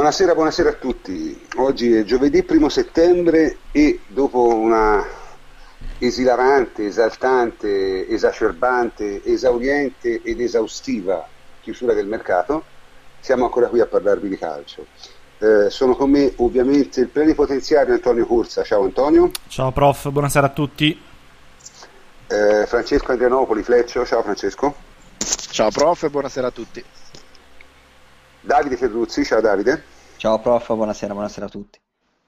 Buonasera, buonasera a tutti. Oggi è giovedì 1° settembre e dopo una esilarante, esaltante, esacerbante, esauriente ed esaustiva chiusura del mercato, siamo ancora qui a parlarvi di calcio. Sono con me ovviamente il plenipotenziario Antonio Corsa. Ciao Antonio. Ciao prof, buonasera a tutti. Francesco Andrianopoli, Fleccio. Ciao Francesco. Ciao prof e buonasera a tutti. Davide Ferruzzi. Ciao Davide. Ciao prof, buonasera a tutti.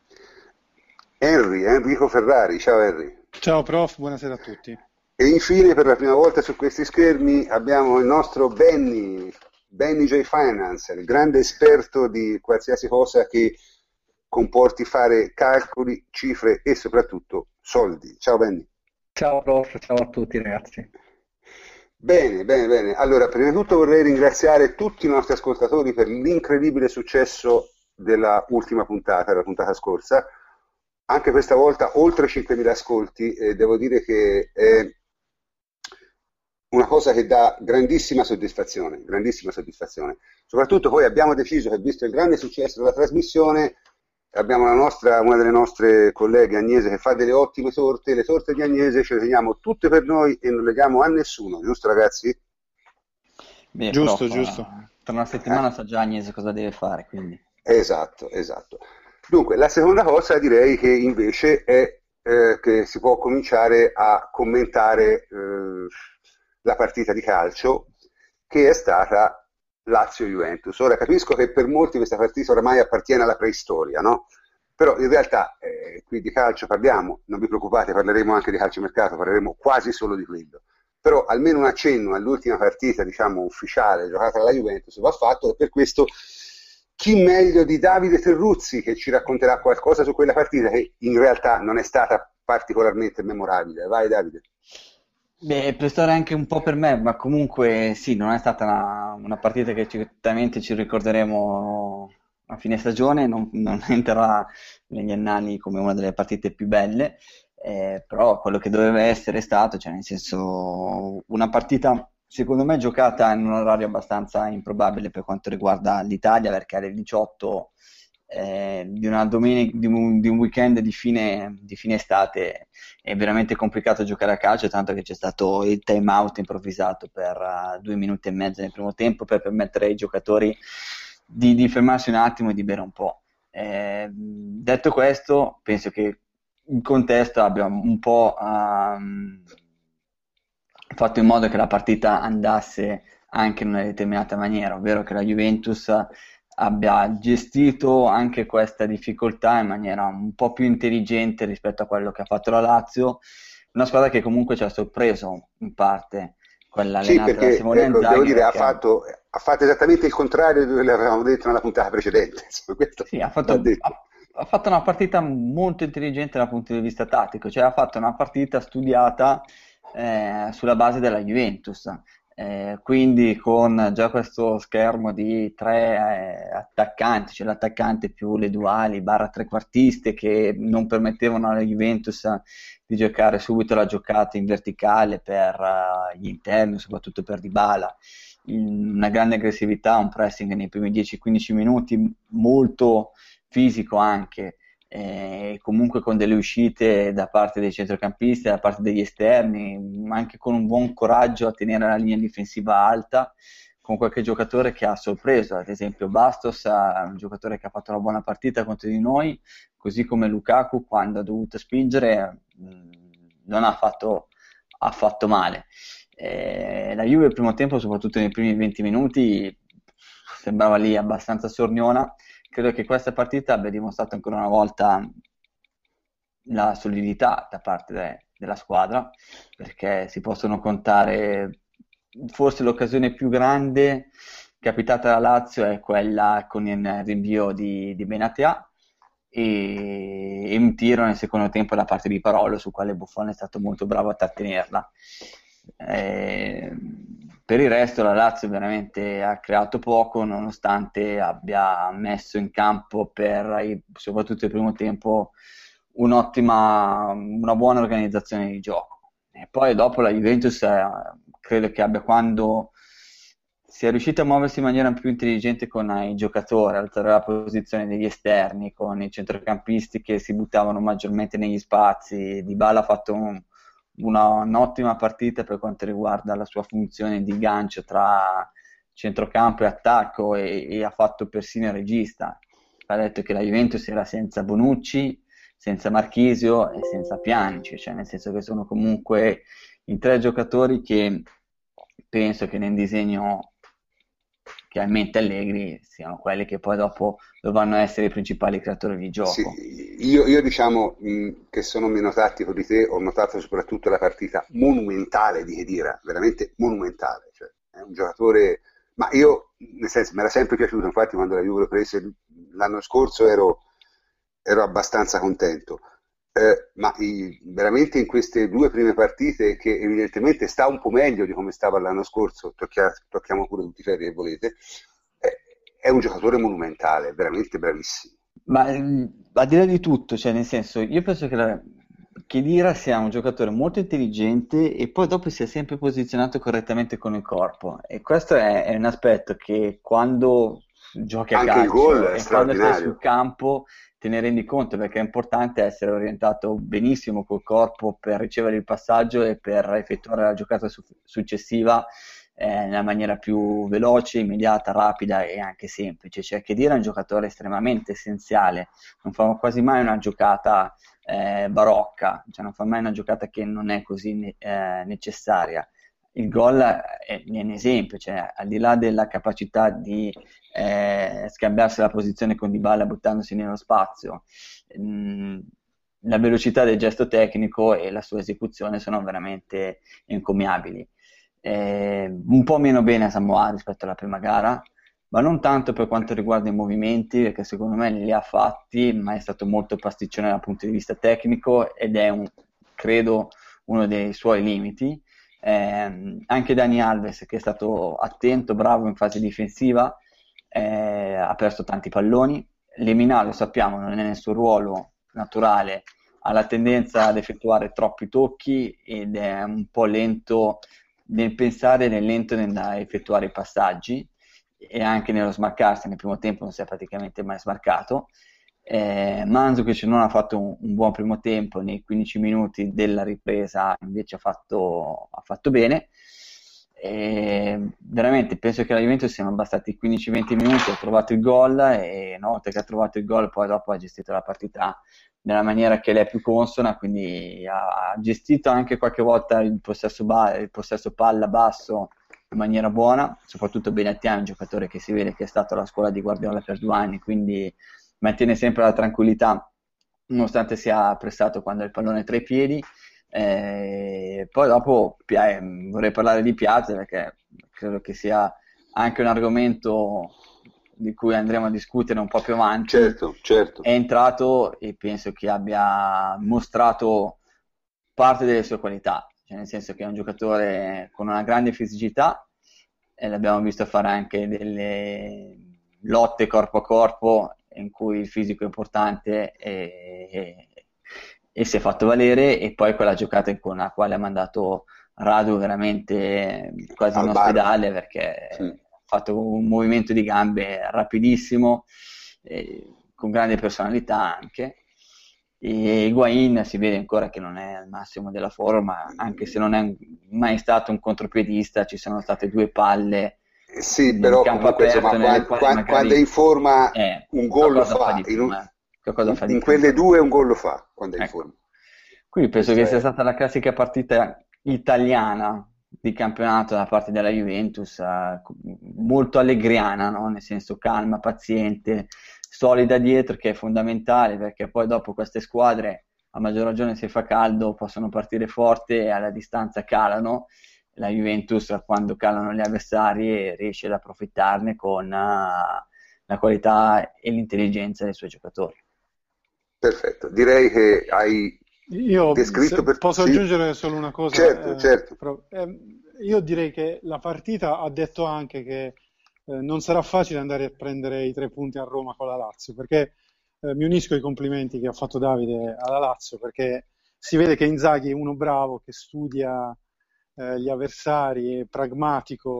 Enrico Ferrari. Ciao Henry. Ciao prof, buonasera a tutti. E infine, per la prima volta su questi schermi, abbiamo il nostro Benny J. Finance, il grande esperto di qualsiasi cosa che comporti fare calcoli, cifre e soprattutto soldi. Ciao Benny. Ciao prof, ciao a tutti ragazzi. Bene. Allora, prima di tutto vorrei ringraziare tutti i nostri ascoltatori per l'incredibile successo della ultima puntata, la puntata scorsa. Anche questa volta oltre 5.000 ascolti, e devo dire che è una cosa che dà grandissima soddisfazione. Soprattutto poi abbiamo deciso che, visto il grande successo della trasmissione, abbiamo una delle nostre colleghe, Agnese, che fa delle ottime torte. Le torte di Agnese ce le teniamo tutte per noi e non le diamo a nessuno, giusto ragazzi? Beh, Giusto. Tra una settimana sa già Agnese cosa deve fare, quindi. Esatto. Dunque, la seconda cosa direi che invece è che si può cominciare a commentare la partita di calcio che è stata Lazio-Juventus. Ora capisco che per molti questa partita oramai appartiene alla preistoria, no? Però in realtà qui di calcio parliamo, non vi preoccupate, parleremo anche di calciomercato, parleremo quasi solo di quello. Però almeno un accenno all'ultima partita, diciamo, ufficiale giocata dalla Juventus va fatto, e per questo chi meglio di Davide Terruzzi, che ci racconterà qualcosa su quella partita che in realtà non è stata particolarmente memorabile. Vai Davide. Beh, per stare anche un po' per me, ma comunque sì, non è stata una partita che certamente ci ricorderemo a fine stagione, non entrerà negli annali come una delle partite più belle, però quello che doveva essere stato, cioè nel senso una partita secondo me giocata in un orario abbastanza improbabile per quanto riguarda l'Italia, perché alle 18 di una domenica, di un weekend di fine estate è veramente complicato giocare a calcio, tanto che c'è stato il time out improvvisato per 2 minuti e mezzo nel primo tempo per permettere ai giocatori di fermarsi un attimo e di bere un po'. Detto questo, penso che il contesto abbia un po' fatto in modo che la partita andasse anche in una determinata maniera, ovvero che la Juventus abbia gestito anche questa difficoltà in maniera un po' più intelligente rispetto a quello che ha fatto la Lazio, una squadra che comunque ci ha sorpreso in parte, quella allenata da Simone Inzaghi. Devo dire, ha fatto esattamente il contrario di quello che avevamo detto nella puntata precedente. Sì, ha fatto una partita molto intelligente dal punto di vista tattico, cioè ha fatto una partita studiata sulla base della Juventus. Quindi con già questo schermo di 3 attaccanti, cioè l'attaccante più le duali / trequartiste che non permettevano alla Juventus di giocare subito la giocata in verticale per gli interni, soprattutto per Dybala, una grande aggressività, un pressing nei primi 10-15 minuti molto fisico anche, comunque con delle uscite da parte dei centrocampisti, da parte degli esterni, ma anche con un buon coraggio a tenere la linea difensiva alta, con qualche giocatore che ha sorpreso, ad esempio Bastos, un giocatore che ha fatto una buona partita contro di noi, così come Lukaku quando ha dovuto spingere non ha fatto affatto male. La Juve il primo tempo, soprattutto nei primi 20 minuti, sembrava lì abbastanza sorniona. Credo che questa partita abbia dimostrato ancora una volta la solidità da parte della squadra, perché si possono contare, forse l'occasione più grande capitata alla Lazio è quella con il rinvio di Benatia e un tiro nel secondo tempo da parte di Parolo, su quale Buffon è stato molto bravo a trattenerla. Per il resto la Lazio veramente ha creato poco, nonostante abbia messo in campo soprattutto il primo tempo una buona organizzazione di gioco. E poi dopo la Juventus credo che abbia, quando sia riuscito a muoversi in maniera più intelligente con i giocatori, alzare la posizione degli esterni, con i centrocampisti che si buttavano maggiormente negli spazi. Dybala ha fatto un'ottima partita per quanto riguarda la sua funzione di gancio tra centrocampo e attacco e ha fatto persino il regista. Ha detto che la Juventus era senza Bonucci, senza Marchisio e senza Pjanic, cioè nel senso che sono comunque i tre giocatori che penso che nel disegno che ha in mente Allegri siano quelli che poi dopo dovranno essere i principali creatori di gioco. Sì, io diciamo che sono meno tattico di te, ho notato soprattutto la partita monumentale di Khedira, veramente monumentale, cioè, è un giocatore, ma io nel senso mi era sempre piaciuto, infatti quando la Juve lo prese l'anno scorso ero abbastanza contento. Ma veramente in queste due prime partite, che evidentemente sta un po' meglio di come stava l'anno scorso, tocchiamo pure tutti i ferri che volete, è un giocatore monumentale, veramente bravissimo. Ma a dire di tutto, cioè nel senso, io penso che Khedira sia un giocatore molto intelligente e poi dopo sia sempre posizionato correttamente con il corpo, e questo è un aspetto che quando giochi a Anche il calcio gol è e quando sei straordinario. sul campo te ne rendi conto, perché è importante essere orientato benissimo col corpo per ricevere il passaggio e per effettuare la giocata successiva nella maniera più veloce, immediata, rapida e anche semplice. Cioè, Khedira è un giocatore estremamente essenziale, non fa quasi mai una giocata barocca, cioè non fa mai una giocata che non è così necessaria. Il gol è un esempio, cioè al di là della capacità di scambiarsi la posizione con Dybala buttandosi nello spazio, la velocità del gesto tecnico e la sua esecuzione sono veramente encomiabili. Un po' meno bene a Samoa rispetto alla prima gara, ma non tanto per quanto riguarda i movimenti, perché secondo me li ha fatti, ma è stato molto pasticcione dal punto di vista tecnico ed è credo uno dei suoi limiti. Anche Dani Alves, che è stato attento, bravo in fase difensiva, ha perso tanti palloni. Lemina, lo sappiamo, non è nel suo ruolo naturale, ha la tendenza ad effettuare troppi tocchi ed è un po' lento nel pensare ed è lento nel effettuare i passaggi e anche nello smarcarsi. Nel primo tempo non si è praticamente mai smarcato. Mandzukic non ha fatto un buon primo tempo, nei 15 minuti della ripresa invece ha fatto bene. Veramente penso che la Juventus siano bastati 15-20 minuti, ha trovato il gol e una volta che ha trovato il gol poi dopo ha gestito la partita nella maniera che le è più consona, quindi ha gestito anche qualche volta il possesso palla basso in maniera buona, soprattutto Benatia è un giocatore che si vede che è stato alla scuola di Guardiola per 2 anni, quindi mantiene sempre la tranquillità nonostante sia pressato quando ha il pallone tra i piedi. Poi dopo vorrei parlare di Piazza, perché credo che sia anche un argomento di cui andremo a discutere un po' più avanti. Certo. È entrato e penso che abbia mostrato parte delle sue qualità, cioè nel senso che è un giocatore con una grande fisicità e l'abbiamo visto fare anche delle lotte corpo a corpo in cui il fisico è importante e si è fatto valere, e poi quella giocata con la quale ha mandato Radu veramente quasi in ospedale, perché ha fatto un movimento di gambe rapidissimo, con grande personalità anche. E Higuain si vede ancora che non è al massimo della forma, anche se non è mai stato un contropiedista. Ci sono state 2 palle sì, però comunque insomma, quando è in forma un gol lo fa, in quelle 2 un gol lo fa quando è in forma. Quindi penso che sia stata la classica partita italiana di campionato da parte della Juventus, molto allegriana, no? Nel senso calma, paziente, solida dietro, che è fondamentale, perché poi dopo queste squadre, a maggior ragione se fa caldo, possono partire forte e alla distanza calano. La Juventus, quando calano gli avversari, riesce ad approfittarne con la qualità e l'intelligenza dei suoi giocatori. Perfetto, direi che hai descritto posso aggiungere solo una cosa? Certo. Io direi che la partita ha detto anche che non sarà facile andare a prendere i 3 punti a Roma con la Lazio, perché mi unisco ai complimenti che ha fatto Davide alla Lazio, perché si vede che Inzaghi è uno bravo, che studia gli avversari, è pragmatico,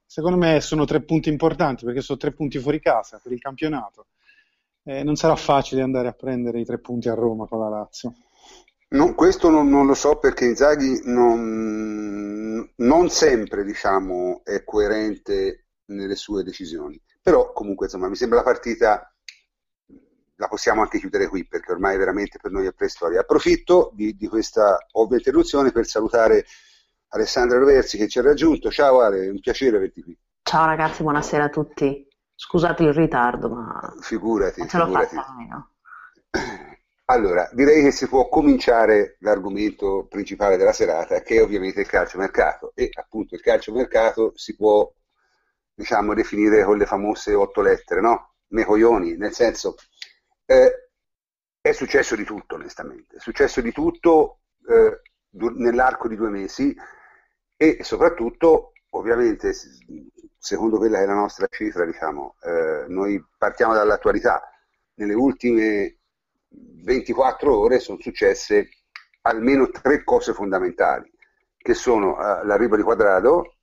secondo me sono 3 punti importanti perché sono 3 punti fuori casa per il campionato. Non sarà facile andare a prendere i 3 punti a Roma con la Lazio. No, questo non lo so perché Inzaghi non sempre, diciamo, è coerente nelle sue decisioni. Però comunque, insomma, mi sembra la partita la possiamo anche chiudere qui perché ormai veramente per noi è preistoria. Approfitto di questa ovvia interruzione per salutare Alessandra Roversi che ci ha raggiunto. Ciao Ale, è un piacere averti qui. Ciao ragazzi, buonasera a tutti. Scusate il ritardo, ma Figurati, non ce l'ho figurati. fatta almeno. Allora, direi che si può cominciare l'argomento principale della serata, che è ovviamente il calciomercato. E appunto il calciomercato si può, diciamo, definire con le famose 8 lettere, no? Me coglioni, nel senso, è successo di tutto, onestamente. È successo di tutto nell'arco di 2 mesi e soprattutto, ovviamente, secondo quella che è la nostra cifra, diciamo, noi partiamo dall'attualità. Nelle ultime 24 ore sono successe almeno 3 cose fondamentali, che sono l'arrivo di Quadrado,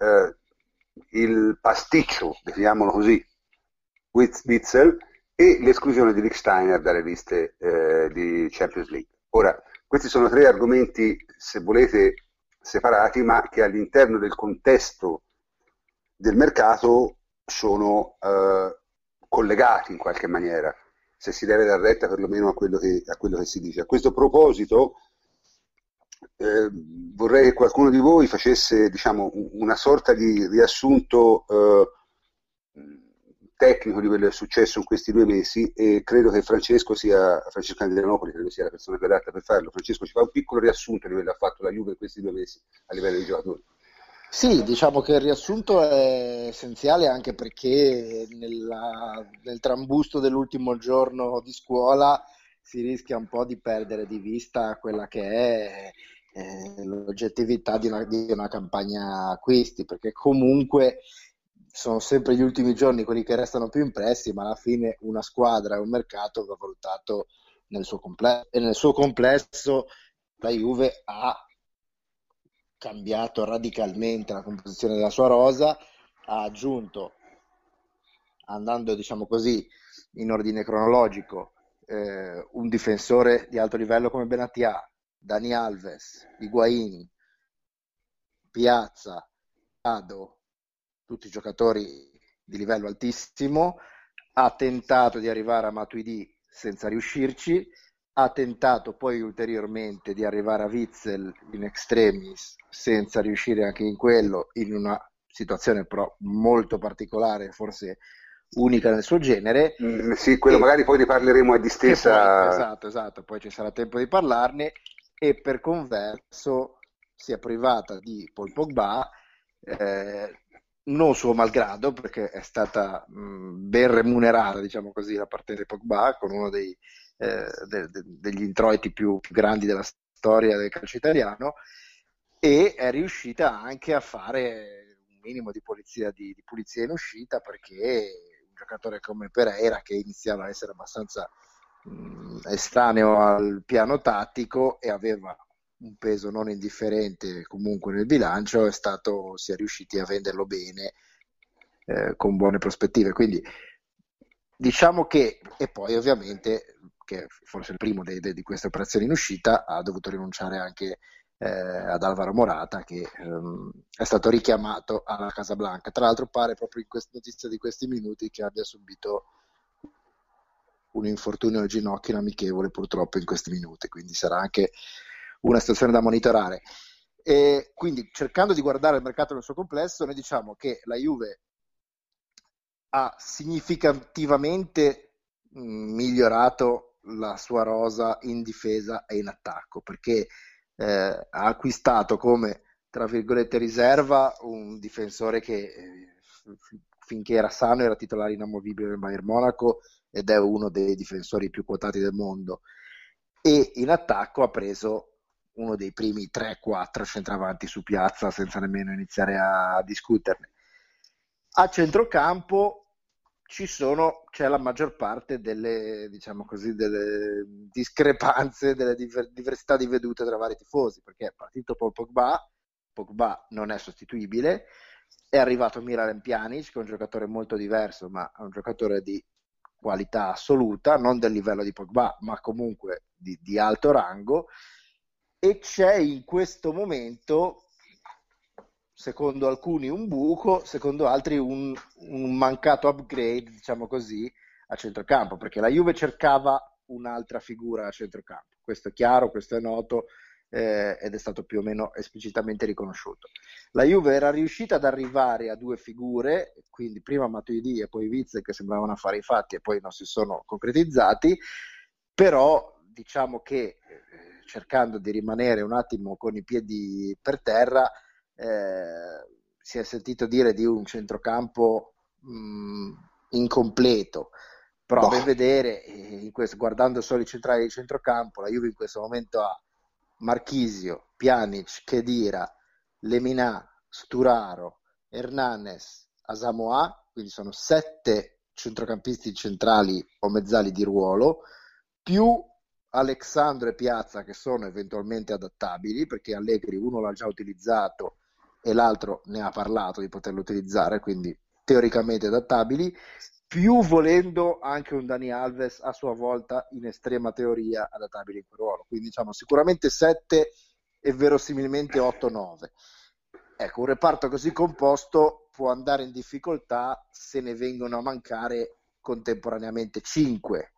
il pasticcio, definiamolo così, Witzel, e l'esclusione di Lichtsteiner dalle liste di Champions League. Ora, questi sono 3 argomenti, se volete, separati, ma che all'interno del contesto del mercato sono collegati in qualche maniera, se si deve dar retta perlomeno a quello che si dice. A questo proposito vorrei che qualcuno di voi facesse, diciamo, una sorta di riassunto tecnico di quello che è successo in questi 2 mesi e credo che Francesco Andrianopoli credo sia la persona più adatta per farlo. Francesco, ci fa un piccolo riassunto di quello che ha fatto la Juve in questi 2 mesi a livello di giocatori. Sì, diciamo che il riassunto è essenziale anche perché nel trambusto dell'ultimo giorno di scuola si rischia un po' di perdere di vista quella che è l'oggettività di una campagna acquisti, perché comunque sono sempre gli ultimi giorni quelli che restano più impressi, ma alla fine una squadra e un mercato va valutato nel suo complesso, e nel suo complesso la Juve ha cambiato radicalmente la composizione della sua rosa, ha aggiunto, andando diciamo così in ordine cronologico, un difensore di alto livello come Benatia, Dani Alves, Higuaín, Piazza, Ado, tutti giocatori di livello altissimo, ha tentato di arrivare a Matuidi senza riuscirci, ha tentato poi ulteriormente di arrivare a Witzel in extremis senza riuscire anche in quello, in una situazione però molto particolare, forse unica nel suo genere. Sì, quello magari poi ne parleremo a distesa. Poi, esatto, poi ci sarà tempo di parlarne, e per converso si è privata di Paul Pogba, non suo malgrado, perché è stata ben remunerata, diciamo così, la partenza di Pogba, con uno degli introiti più grandi della storia del calcio italiano, e è riuscita anche a fare un minimo di pulizia in uscita, perché un giocatore come Pereira, che iniziava a essere abbastanza estraneo al piano tattico e aveva un peso non indifferente comunque nel bilancio, si è riusciti a venderlo bene, con buone prospettive. Quindi diciamo che, e poi ovviamente, che forse il primo di queste operazioni in uscita, ha dovuto rinunciare anche ad Alvaro Morata, che è stato richiamato alla Casablanca. Tra l'altro pare proprio in questa notizia di questi minuti che abbia subito un infortunio al ginocchio in amichevole purtroppo in questi minuti, quindi sarà anche una situazione da monitorare. E quindi, cercando di guardare il mercato nel suo complesso, noi diciamo che la Juve ha significativamente migliorato la sua rosa in difesa e in attacco, perché ha acquistato come, tra virgolette, riserva un difensore che finché era sano era titolare inamovibile del Bayern Monaco ed è uno dei difensori più quotati del mondo, e in attacco ha preso uno dei primi 3-4 centravanti su piazza senza nemmeno iniziare a discuterne. A centrocampo c'è la maggior parte delle, diciamo così, delle discrepanze, delle diversità di vedute tra vari tifosi, perché è partito Paul Pogba non è sostituibile, è arrivato Miralem Pjanic, che è un giocatore molto diverso, ma è un giocatore di qualità assoluta, non del livello di Pogba, ma comunque di alto rango, e c'è in questo momento, secondo alcuni, un buco, secondo altri un mancato upgrade, diciamo così, a centrocampo, perché la Juve cercava un'altra figura a centrocampo, questo è chiaro, questo è noto, ed è stato più o meno esplicitamente riconosciuto. La Juve era riuscita ad arrivare a due figure, quindi prima Matuidi e poi Witsel, che sembravano affari fatti e poi non si sono concretizzati, però diciamo che cercando di rimanere un attimo con i piedi per terra, si è sentito dire di un centrocampo incompleto. Però a vedere, guardando solo i centrali di centrocampo, la Juve in questo momento ha Marchisio, Pjanic, Khedira, Lemina, Sturaro, Hernanes, Asamoah, quindi sono 7 centrocampisti centrali o mezzali di ruolo, più Alexandro e Piazza, che sono eventualmente adattabili, perché Allegri uno l'ha già utilizzato e l'altro ne ha parlato di poterlo utilizzare, quindi teoricamente adattabili, più volendo anche un Dani Alves a sua volta in estrema teoria adattabile in quel ruolo, quindi diciamo sicuramente 7 e verosimilmente 8-9. Ecco, un reparto così composto può andare in difficoltà se ne vengono a mancare contemporaneamente 5,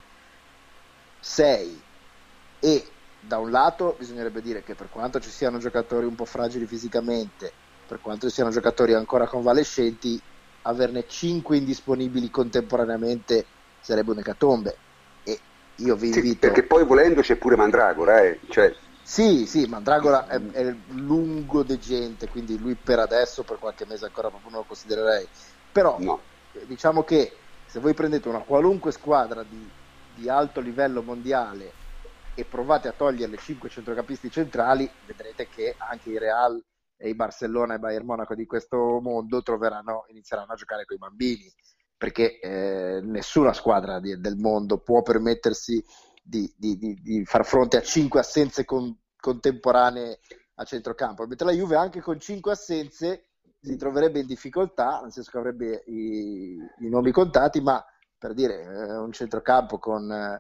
6, e da un lato bisognerebbe dire che per quanto ci siano giocatori un po' fragili fisicamente, per quanto ci siano giocatori ancora convalescenti, averne 5 indisponibili contemporaneamente sarebbe un'ecatombe, e io vi invito... Sì, perché poi volendo c'è pure Mandragora, cioè... Sì, Mandragora è lungo degente, quindi lui per adesso, per qualche mese ancora proprio non lo considererei, però no. Diciamo che se voi prendete una qualunque squadra di alto livello mondiale e provate a togliere le 5 centrocampisti centrali, vedrete che anche i Real e i Barcellona e Bayern Monaco di questo mondo inizieranno a giocare con i bambini, perché nessuna squadra del mondo può permettersi di far fronte a 5 assenze contemporanee a centrocampo, mentre la Juve anche con 5 assenze si troverebbe in difficoltà, nel senso che avrebbe i nomi contati, ma per dire un centrocampo con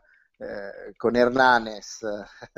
Hernanes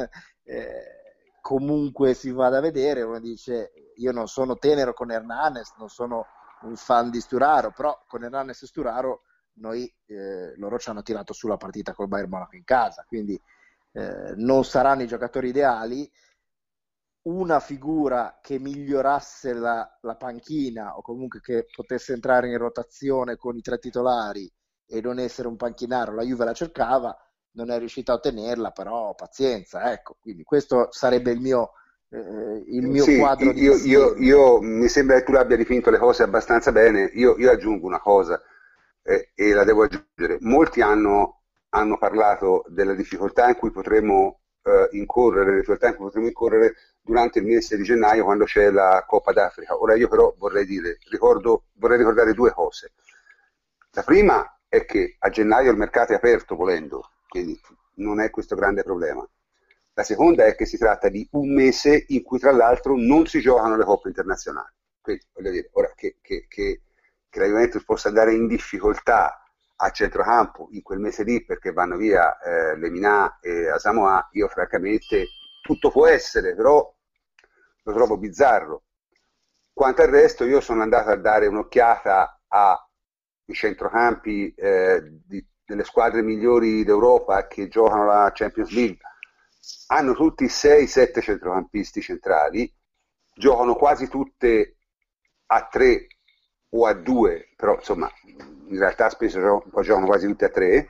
comunque si vada a vedere, uno dice io non sono tenero con Hernanes, non sono un fan di Sturaro, però con Hernanes e Sturaro loro ci hanno tirato sulla partita col Bayern Monaco in casa, quindi non saranno i giocatori ideali. Una figura che migliorasse la panchina, o comunque che potesse entrare in rotazione con i 3 titolari e non essere un panchinaro, la Juve la cercava, non è riuscita a ottenerla, però pazienza, ecco. Quindi questo sarebbe il mio sì, quadro di io mi sembra che tu abbia dipinto le cose abbastanza bene. Io aggiungo una cosa, e la devo aggiungere. Molti hanno parlato della difficoltà in cui potremo incorrere durante il mese di gennaio, quando c'è la Coppa d'Africa. Ora io però vorrei ricordare 2 cose. La prima è che a gennaio il mercato è aperto volendo, quindi non è questo grande problema. La seconda è che si tratta di un mese in cui tra l'altro non si giocano le coppe internazionali. Quindi voglio dire, ora che la Juventus possa andare in difficoltà a centrocampo in quel mese lì perché vanno via Lemina e Asamoah, io francamente tutto può essere, però lo trovo bizzarro. Quanto al resto, io sono andato a dare un'occhiata ai centrocampi delle squadre migliori d'Europa che giocano la Champions League. Hanno tutti 6-7 centrocampisti centrali, giocano quasi tutte a 3 o a 2, però insomma in realtà spesso giocano quasi tutte a 3.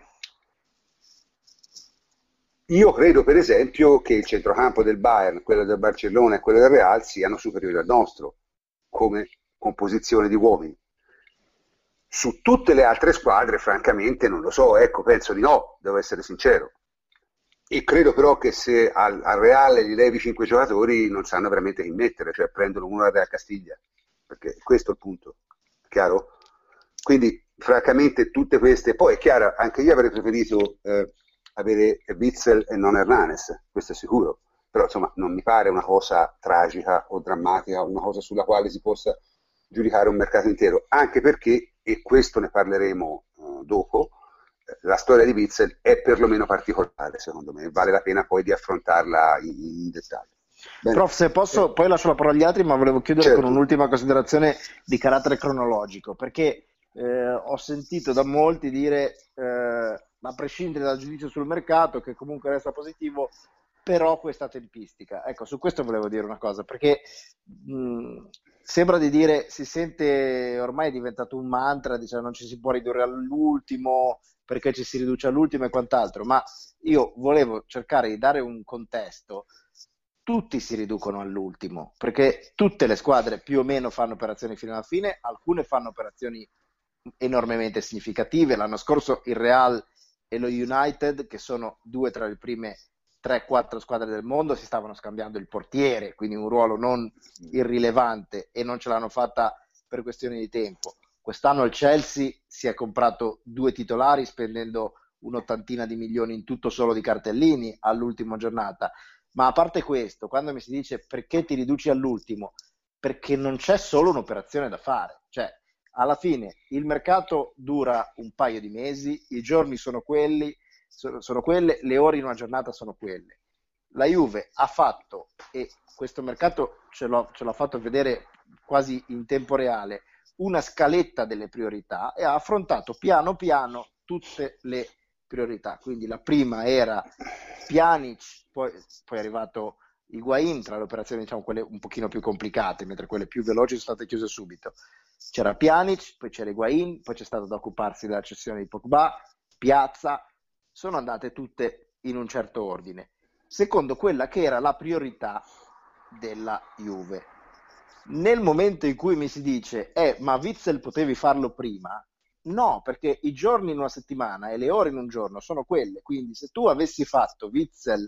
Io credo per esempio che il centrocampo del Bayern, quello del Barcellona e quello del Real siano superiori al nostro come composizione di uomini. Su tutte le altre squadre francamente non lo so, penso di no, devo essere sincero. E credo però che se al Real gli levi 5 giocatori non sanno veramente chi mettere, cioè prendono uno da Real Castiglia, perché questo è il punto, chiaro? Quindi francamente tutte queste, poi è chiaro, anche io avrei preferito avere Witsel e non Hernanes, questo è sicuro, però insomma non mi pare una cosa tragica o drammatica, una cosa sulla quale si possa giudicare un mercato intero, anche perché, e questo ne parleremo dopo, la storia di Witsel è perlomeno particolare, secondo me, vale la pena poi di affrontarla in dettaglio. Bene. Prof, se posso, poi lascio la parola agli altri, ma volevo chiudere certo. con un'ultima considerazione di carattere cronologico, perché ho sentito da molti dire, a prescindere dal giudizio sul mercato, che comunque resta positivo, però questa tempistica. Ecco, su questo volevo dire una cosa, perché sembra di dire, si sente, ormai è diventato un mantra, diciamo non ci si può ridurre all'ultimo, perché ci si riduce all'ultimo e quant'altro, ma io volevo cercare di dare un contesto. Tutti si riducono all'ultimo, perché tutte le squadre più o meno fanno operazioni fino alla fine, alcune fanno operazioni enormemente significative. L'anno scorso il Real e lo United, che sono due tra le prime 3-4 squadre del mondo, si stavano scambiando il portiere, quindi un ruolo non irrilevante, e non ce l'hanno fatta per questioni di tempo. Quest'anno il Chelsea si è comprato 2 titolari spendendo un'ottantina di milioni in tutto solo di cartellini all'ultima giornata. Ma a parte questo, quando mi si dice perché ti riduci all'ultimo, perché non c'è solo un'operazione da fare, cioè alla fine il mercato dura un paio di mesi, i giorni sono quelli, sono quelle, le ore in una giornata sono quelle. La Juve ha fatto, e questo mercato ce l'ha fatto vedere quasi in tempo reale, una scaletta delle priorità e ha affrontato piano piano tutte le priorità. Quindi la prima era Pjanic, poi è arrivato Higuaín, tra le operazioni diciamo quelle un pochino più complicate, mentre quelle più veloci sono state chiuse subito. C'era Pjanic, poi c'era Higuaín, poi c'è stato da occuparsi della cessione di Pogba, Piazza, sono andate tutte in un certo ordine, secondo quella che era la priorità della Juve. Nel momento in cui mi si dice ma Witsel potevi farlo prima, no, perché i giorni in una settimana e le ore in un giorno sono quelle, quindi se tu avessi fatto Witsel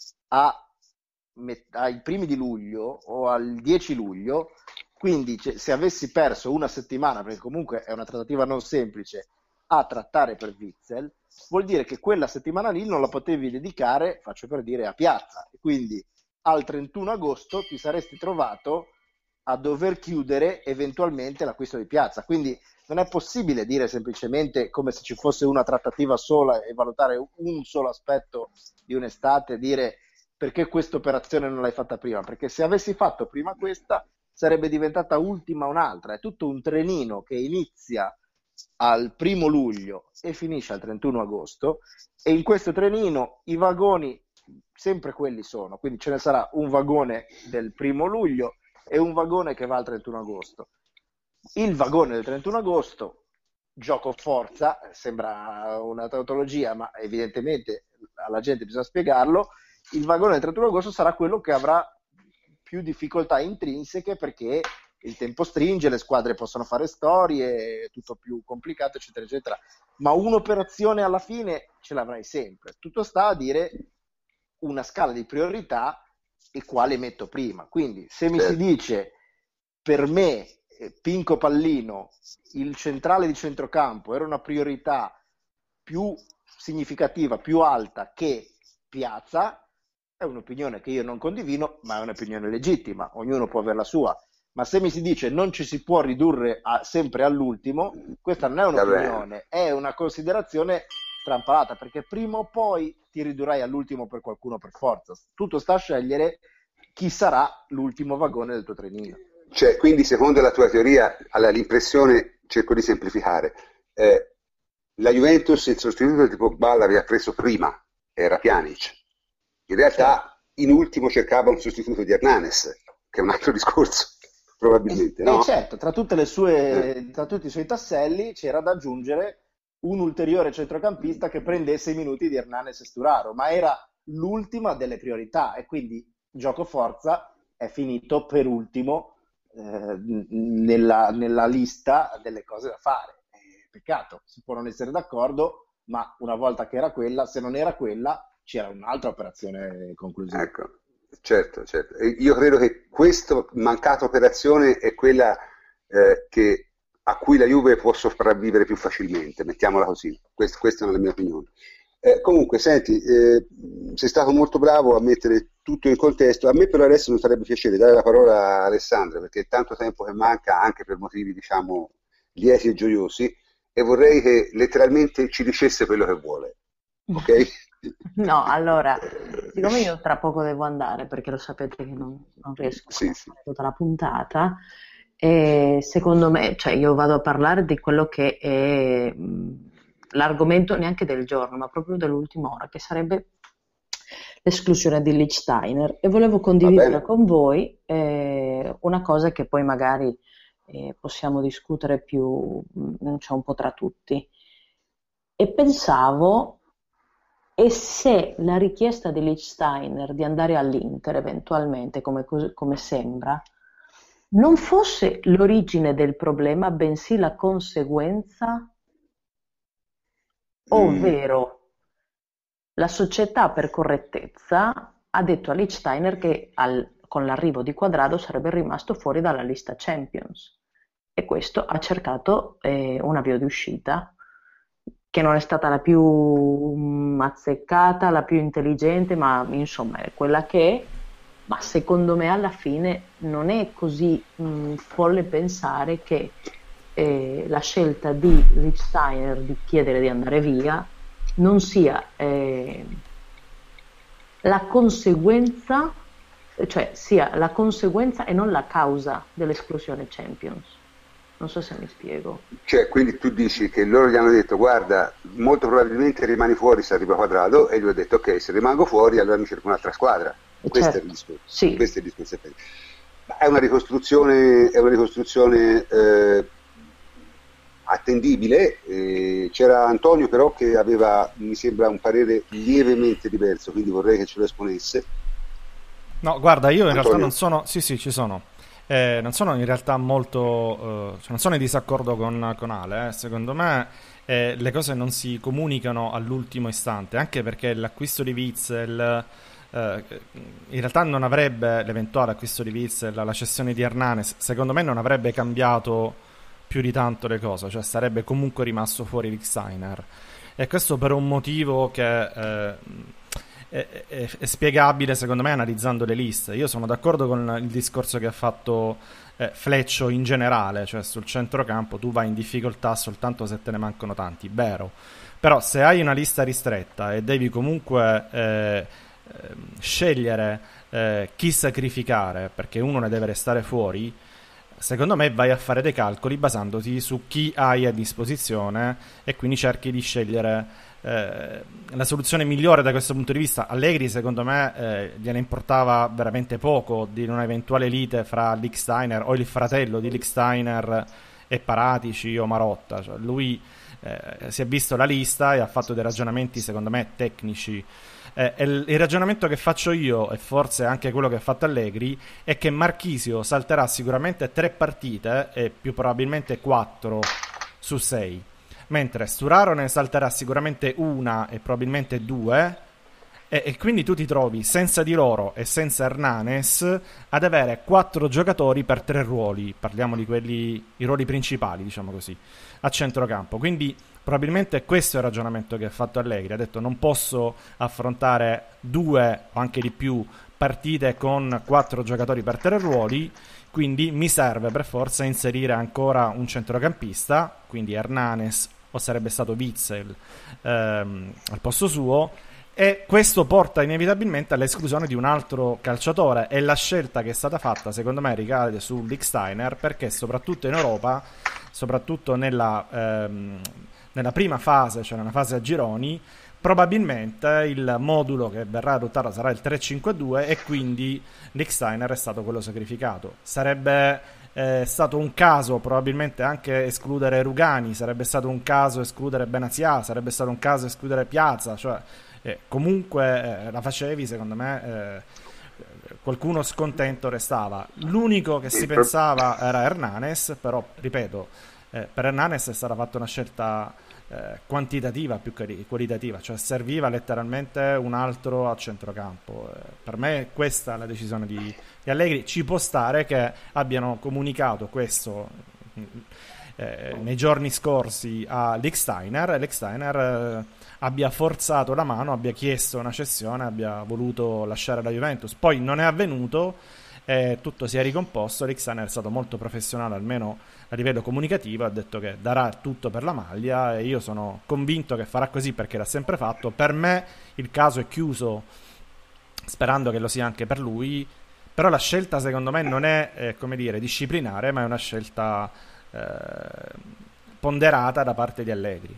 ai primi di luglio o al 10 luglio, quindi se avessi perso una settimana, perché comunque è una trattativa non semplice, a trattare per Witsel, vuol dire che quella settimana lì non la potevi dedicare, faccio per dire, a Piazza, e quindi al 31 agosto ti saresti trovato a dover chiudere eventualmente l'acquisto di Piazza. Quindi non è possibile dire semplicemente come se ci fosse una trattativa sola e valutare un solo aspetto di un'estate, dire perché questa operazione non l'hai fatta prima, perché se avessi fatto prima questa sarebbe diventata ultima un'altra. È tutto un trenino che inizia al 1 luglio e finisce al 31 agosto, e in questo trenino i vagoni sempre quelli sono, quindi ce ne sarà un vagone del 1 luglio e un vagone che va al 31 agosto. Il vagone del 31 agosto, gioco forza, sembra una tautologia, ma evidentemente alla gente bisogna spiegarlo, il vagone del 31 agosto sarà quello che avrà più difficoltà intrinseche, perché il tempo stringe, le squadre possono fare storie, è tutto più complicato, eccetera, eccetera. Ma un'operazione alla fine ce l'avrai sempre. Tutto sta a dire una scala di priorità e quale metto prima. Quindi se mi si dice, per me Pinco Pallino, il centrale di centrocampo, era una priorità più significativa, più alta che Piazza, è un'opinione che io non condivido, ma è un'opinione legittima, ognuno può avere la sua. Ma se mi si dice non ci si può ridurre sempre all'ultimo, questa non è un'opinione, è una considerazione strampalata, perché prima o poi ti ridurrai all'ultimo per qualcuno per forza. Tutto sta a scegliere chi sarà l'ultimo vagone del tuo trenino. Cioè, quindi secondo la tua teoria, l'impressione, cerco di semplificare, la Juventus il sostituto di Pogba l'aveva preso prima, era Pjanic. In realtà in ultimo cercava un sostituto di Hernanes, che è un altro discorso, probabilmente, no? Certo, tra tutti i suoi tasselli c'era da aggiungere un ulteriore centrocampista che prendesse i minuti di Hernanes e Sturaro, ma era l'ultima delle priorità, e quindi gioco forza è finito per ultimo nella lista delle cose da fare. Peccato, si può non essere d'accordo, ma una volta che era quella, se non era quella, c'era un'altra operazione conclusiva. Ecco, certo. Io credo che questa mancata operazione è quella a cui la Juve può sopravvivere più facilmente, mettiamola così. Questa è la mia opinione. Comunque, senti, sei stato molto bravo a mettere tutto in contesto. A me però adesso mi farebbe piacere dare la parola a Alessandra, perché è tanto tempo che manca, anche per motivi, diciamo, lieti e gioiosi, e vorrei che letteralmente ci dicesse quello che vuole. Ok? No, allora, siccome io tra poco devo andare, perché lo sapete che non riesco a Sì, sì. fare tutta la puntata, e secondo me, cioè io vado a parlare di quello che è l'argomento neanche del giorno, ma proprio dell'ultima ora, che sarebbe l'esclusione di Lichtsteiner. E volevo Va condividere bene? con voi una cosa che poi magari possiamo discutere più, cioè un po' tra tutti. E pensavo, e se la richiesta di Lichtsteiner di andare all'Inter eventualmente, come sembra, non fosse l'origine del problema, bensì la conseguenza, Mm, ovvero la società per correttezza ha detto a Lichtsteiner che con l'arrivo di Quadrado sarebbe rimasto fuori dalla lista Champions e questo ha cercato una via di uscita che non è stata la più azzeccata, la più intelligente, ma insomma è quella che è. Ma secondo me alla fine non è così folle pensare che la scelta di Lichtsteiner di chiedere di andare via non sia la conseguenza, cioè sia la conseguenza e non la causa dell'esclusione Champions. Non so se mi spiego. Cioè, quindi tu dici che loro gli hanno detto, guarda, molto probabilmente rimani fuori se arriva Quadrado, e lui ha detto, ok, se rimango fuori allora mi cerco un'altra squadra. Questo è il Certo, discorso. sì, Questo è il discorso. Ma è una ricostruzione attendibile. C'era Antonio però che aveva, mi sembra, un parere lievemente diverso, quindi vorrei che ce lo esponesse. No, guarda, io in realtà non Antonio? sono. Sì, sì, ci sono. Non sono in realtà molto. Cioè non sono in disaccordo con Ale. Secondo me le cose non si comunicano all'ultimo istante, anche perché l'acquisto di Witzel. In realtà non avrebbe l'eventuale acquisto di Witzel, la cessione di Hernanes, secondo me non avrebbe cambiato più di tanto le cose, cioè sarebbe comunque rimasto fuori Lichtsteiner. E questo per un motivo che è spiegabile secondo me analizzando le liste. Io sono d'accordo con il discorso che ha fatto Fleccio in generale, cioè sul centrocampo tu vai in difficoltà soltanto se te ne mancano tanti, vero. Però se hai una lista ristretta e devi comunque scegliere chi sacrificare perché uno ne deve restare fuori, secondo me vai a fare dei calcoli basandoti su chi hai a disposizione e quindi cerchi di scegliere la soluzione migliore da questo punto di vista. Allegri secondo me gliene importava veramente poco di una eventuale lite fra Lichtsteiner o il fratello di Lichtsteiner e Paratici o Marotta, cioè, lui si è visto la lista e ha fatto dei ragionamenti secondo me tecnici. E il ragionamento che faccio io, e forse anche quello che ha fatto Allegri, è che Marchisio salterà sicuramente 3 partite e più probabilmente 4 su 6, mentre Sturaro ne salterà sicuramente una e probabilmente 2, e quindi tu ti trovi senza di loro e senza Hernanes ad avere 4 giocatori per 3 ruoli, parliamo di quelli, i ruoli principali, diciamo così, a centrocampo. Quindi probabilmente questo è il ragionamento che ha fatto Allegri. Ha detto non posso affrontare 2 o anche di più partite con 4 giocatori per 3 ruoli, quindi mi serve per forza inserire ancora un centrocampista, quindi Hernanes o sarebbe stato Witzel al posto suo, e questo porta inevitabilmente all'esclusione di un altro calciatore, e la scelta che è stata fatta secondo me ricade su Lichtsteiner perché soprattutto in Europa, soprattutto nella prima fase, cioè nella fase a gironi, probabilmente il modulo che verrà adottato sarà il 3-5-2 e quindi Lichtsteiner è stato quello sacrificato. Sarebbe stato un caso probabilmente anche escludere Rugani, sarebbe stato un caso escludere Benatia, sarebbe stato un caso escludere Piazza, cioè comunque la facevi, secondo me qualcuno scontento restava. L'unico che si pensava era Hernanes, però ripeto, per Hernanes è stata fatta una scelta quantitativa più che qualitativa, cioè serviva letteralmente un altro a centrocampo. Per me questa è la decisione di Allegri. Ci può stare che abbiano comunicato questo nei giorni scorsi a Lichtsteiner, abbia forzato la mano, abbia chiesto una cessione, abbia voluto lasciare la Juventus. Poi non è avvenuto, tutto si è ricomposto. Lichtsteiner è stato molto professionale, almeno a livello comunicativo, ha detto che darà tutto per la maglia, e io sono convinto che farà così perché l'ha sempre fatto. Per me il caso è chiuso, sperando che lo sia anche per lui, però la scelta secondo me non è come dire disciplinare, ma è una scelta ponderata da parte di Allegri.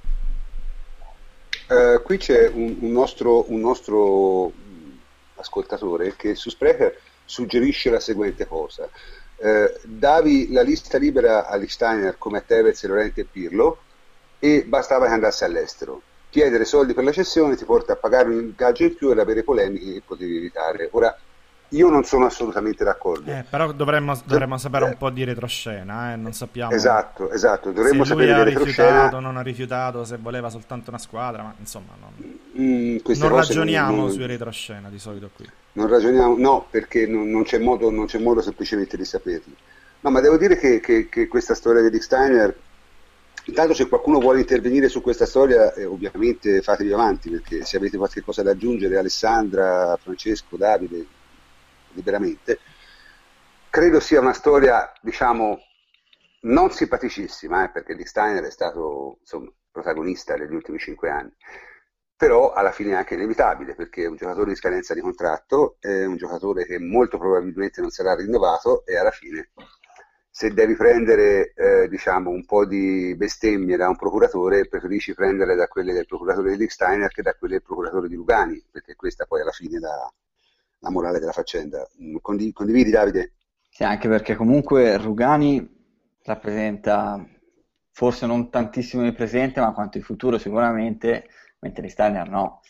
Qui c'è un nostro ascoltatore che su Sprecher suggerisce la seguente cosa: davi la lista libera a Lichtsteiner come a Tevez, Llorente e Pirlo, e bastava che andasse all'estero. Chiedere soldi per la cessione ti porta a pagare un ingaggio in più ed avere polemiche che potevi evitare. Ora, io non sono assolutamente d'accordo. Però dovremmo sapere un po' di retroscena, non sappiamo. Esatto, dovremmo se lui sapere ha di retroscena. rifiutato, non ha rifiutato, se voleva soltanto una squadra, ma insomma non ragioniamo sui retroscena di solito qui. Non ragioniamo, no, perché non c'è modo semplicemente di saperli. No, ma devo dire che questa storia di Lichtsteiner, intanto se qualcuno vuole intervenire su questa storia, ovviamente fatevi avanti, perché se avete qualche cosa da aggiungere, Alessandra, Francesco, Davide, liberamente. Credo sia una storia, diciamo, non simpaticissima, perché Lichtsteiner è stato, insomma, protagonista negli ultimi 5 anni, però alla fine è anche inevitabile, perché è un giocatore in scadenza di contratto, è un giocatore che molto probabilmente non sarà rinnovato, e alla fine, se devi prendere diciamo un po' di bestemmie da un procuratore, preferisci prendere da quelle del procuratore di Lichtsteiner che da quelle del procuratore di Lugani, perché questa poi alla fine la morale della faccenda. Condividi, Davide? Sì, anche perché comunque Rugani rappresenta forse non tantissimo il presente, ma quanto il futuro sicuramente, mentre Lichtsteiner no.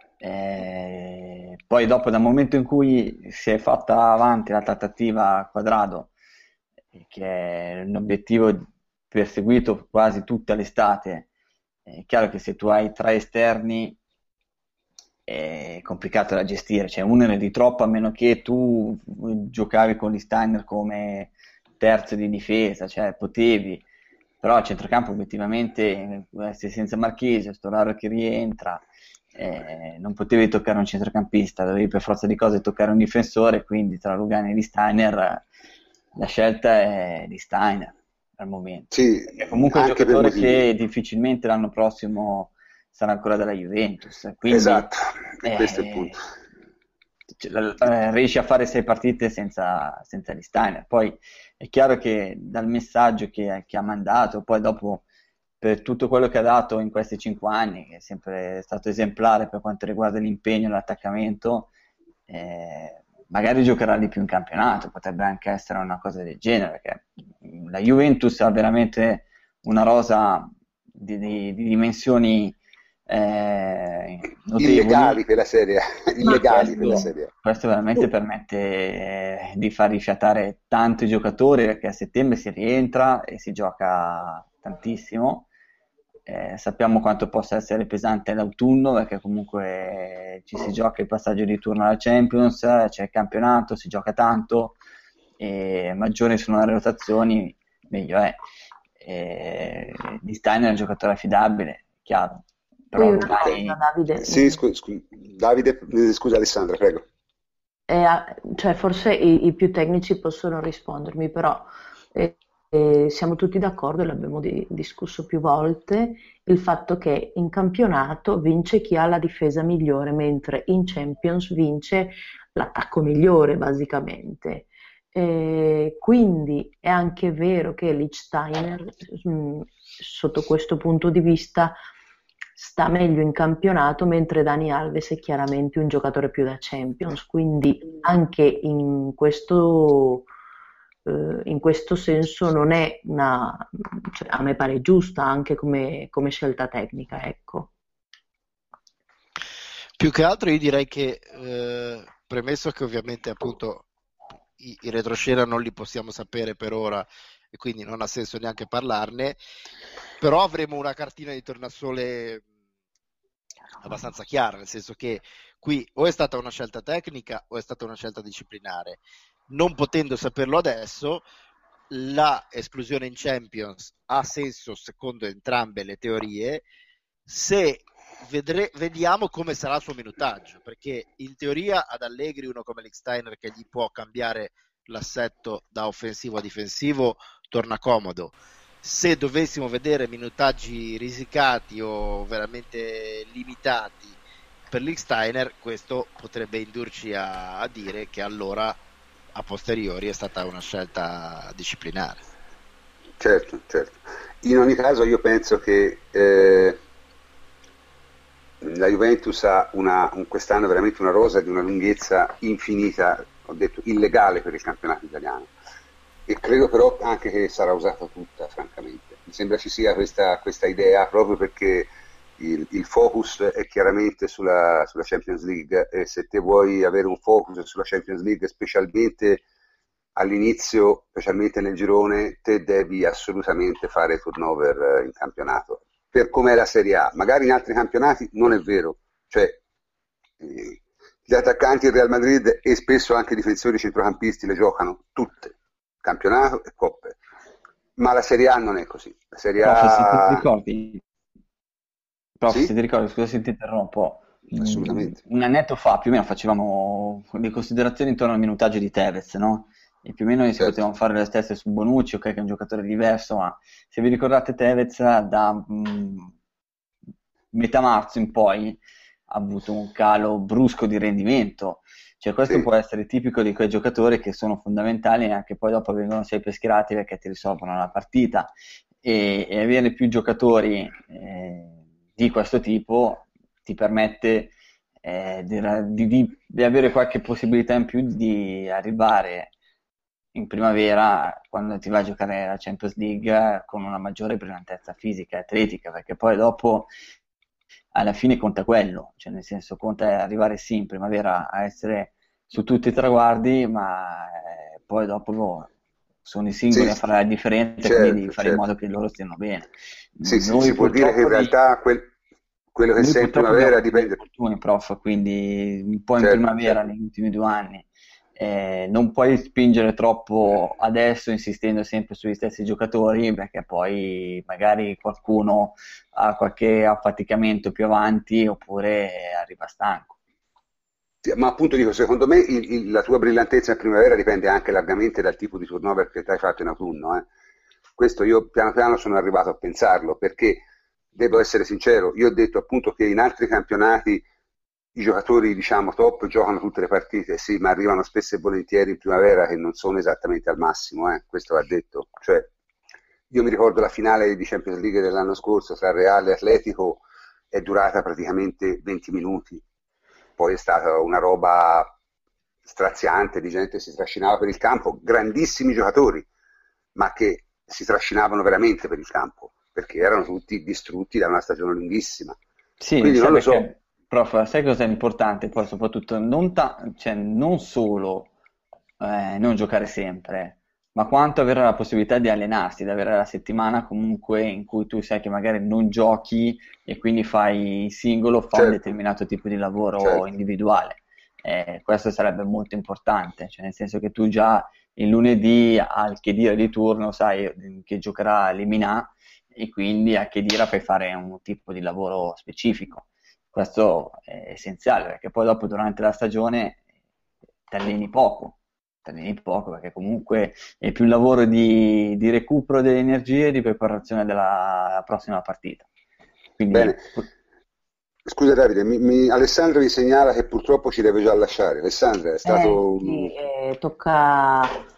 Poi dopo, dal momento in cui si è fatta avanti la trattativa Quadrado, che è un obiettivo perseguito quasi tutta l'estate, è chiaro che se tu hai 3 esterni è complicato da gestire, cioè uno ne è di troppo, a meno che tu giocavi con Lichtsteiner come terzo di difesa, cioè potevi, però a centrocampo obiettivamente sei senza Marchisio, Storaro che rientra, non potevi toccare un centrocampista, dovevi per forza di cose toccare un difensore, quindi tra Lugani e Lichtsteiner la scelta è Lichtsteiner al momento. Sì, è comunque un giocatore che difficilmente l'anno prossimo sarà ancora della Juventus, quindi esatto, questo è il punto. Riesci a fare 6 partite senza Lichtsteiner. Poi è chiaro che dal messaggio che ha mandato, poi dopo per tutto quello che ha dato in questi 5 anni, che è sempre stato esemplare per quanto riguarda l'impegno e l'attaccamento, magari giocherà di più in campionato, potrebbe anche essere una cosa del genere, perché la Juventus ha veramente una rosa di dimensioni illegali per la Serie A. Questo veramente permette di far rifiatare tanti giocatori, perché a settembre si rientra e si gioca tantissimo. Sappiamo quanto possa essere pesante l'autunno, perché comunque ci si gioca il passaggio di turno alla Champions, c'è il campionato, si gioca tanto, e maggiori sono le rotazioni meglio è. Lichtsteiner è un giocatore affidabile, chiaro. Poi una cosa, Davide. Sì, Davide, scusa Alessandra, prego. Cioè, forse i più tecnici possono rispondermi, però siamo tutti d'accordo, e l'abbiamo discusso più volte, il fatto che in campionato vince chi ha la difesa migliore, mentre in Champions vince l'attacco migliore, basicamente. Quindi è anche vero che Lichtsteiner, sotto questo punto di vista, sta meglio in campionato, mentre Dani Alves è chiaramente un giocatore più da Champions, quindi anche in questo senso non è cioè, a me pare giusta anche come scelta tecnica, ecco. Più che altro io direi che premesso che ovviamente appunto i retroscena non li possiamo sapere per ora e quindi non ha senso neanche parlarne, però avremo una cartina di tornasole abbastanza chiara, nel senso che qui o è stata una scelta tecnica o è stata una scelta disciplinare. Non potendo saperlo adesso, la esclusione in Champions ha senso secondo entrambe le teorie, se vediamo come sarà il suo minutaggio, perché in teoria ad Allegri uno come Lichtsteiner che gli può cambiare l'assetto da offensivo a difensivo torna comodo. Se dovessimo vedere minutaggi risicati o veramente limitati per Lichtsteiner, questo potrebbe indurci a dire che allora a posteriori è stata una scelta disciplinare. Certo. In ogni caso io penso che la Juventus ha quest'anno veramente una rosa di una lunghezza infinita, ho detto illegale per il campionato italiano, e credo però anche che sarà usata tutta, francamente. Mi sembra ci sia questa idea, proprio perché il focus è chiaramente sulla Champions League, e se te vuoi avere un focus sulla Champions League, specialmente all'inizio, specialmente nel girone, te devi assolutamente fare turnover in campionato. Per com'è la Serie A, magari in altri campionati non è vero, cioè gli attaccanti del Real Madrid e spesso anche i difensori centrocampisti le giocano tutte, campionato e coppe, ma la Serie A non è così. La Serie A... Se ti ricordi, scusa se ti interrompo, assolutamente. Un annetto fa più o meno facevamo le considerazioni intorno al minutaggio di Tevez, no? E più o meno si potevano fare le stesse su Bonucci, ok, che è un giocatore diverso, ma se vi ricordate Tevez da metà marzo in poi ha avuto un calo brusco di rendimento, cioè questo può essere tipico di quei giocatori che sono fondamentali e anche poi dopo vengono sempre schierati perché ti risolvono la partita, e avere più giocatori di questo tipo ti permette di avere qualche possibilità in più di arrivare in primavera, quando ti vai a giocare la Champions League, con una maggiore brillantezza fisica e atletica, perché poi dopo alla fine conta quello, cioè nel senso conta arrivare sì in primavera a essere su tutti i traguardi, ma poi dopo sono i singoli a fare la differenza, quindi devi fare in modo che loro stiano bene. Si può dire che in realtà quello che sei in primavera dipende. Prof, quindi un po' in primavera negli ultimi 2 anni. Non puoi spingere troppo adesso insistendo sempre sugli stessi giocatori, perché poi magari qualcuno ha qualche affaticamento più avanti oppure arriva stanco. Ma appunto dico, secondo me la tua brillantezza in primavera dipende anche largamente dal tipo di turnover che ti hai fatto in autunno. Questo io piano piano sono arrivato a pensarlo, perché devo essere sincero, io ho detto appunto che in altri campionati i giocatori, diciamo, top giocano tutte le partite, sì, ma arrivano spesso e volentieri in primavera che non sono esattamente al massimo, questo va detto. Cioè, io mi ricordo la finale di Champions League dell'anno scorso tra Real e Atletico, è durata praticamente 20 minuti, poi è stata una roba straziante, di gente che si trascinava per il campo, grandissimi giocatori, ma che si trascinavano veramente per il campo, perché erano tutti distrutti da una stagione lunghissima. Sì, quindi non lo so. Prof, sai cosa è importante? Poi soprattutto non solo non giocare sempre, ma quanto avere la possibilità di allenarsi, di avere la settimana comunque in cui tu sai che magari non giochi e quindi fai singolo, fai un determinato tipo di lavoro individuale. Questo sarebbe molto importante, cioè nel senso che tu già il lunedì al Khedira di turno sai che giocherà Lemina e quindi a Khedira fai fare un tipo di lavoro specifico. Questo è essenziale, perché poi dopo durante la stagione ti alleni poco perché comunque è più un lavoro di recupero delle energie e di preparazione della prossima partita. Quindi... Bene. Scusa Davide, Alessandro mi segnala che purtroppo ci deve già lasciare. Alessandra, è stato... tocca...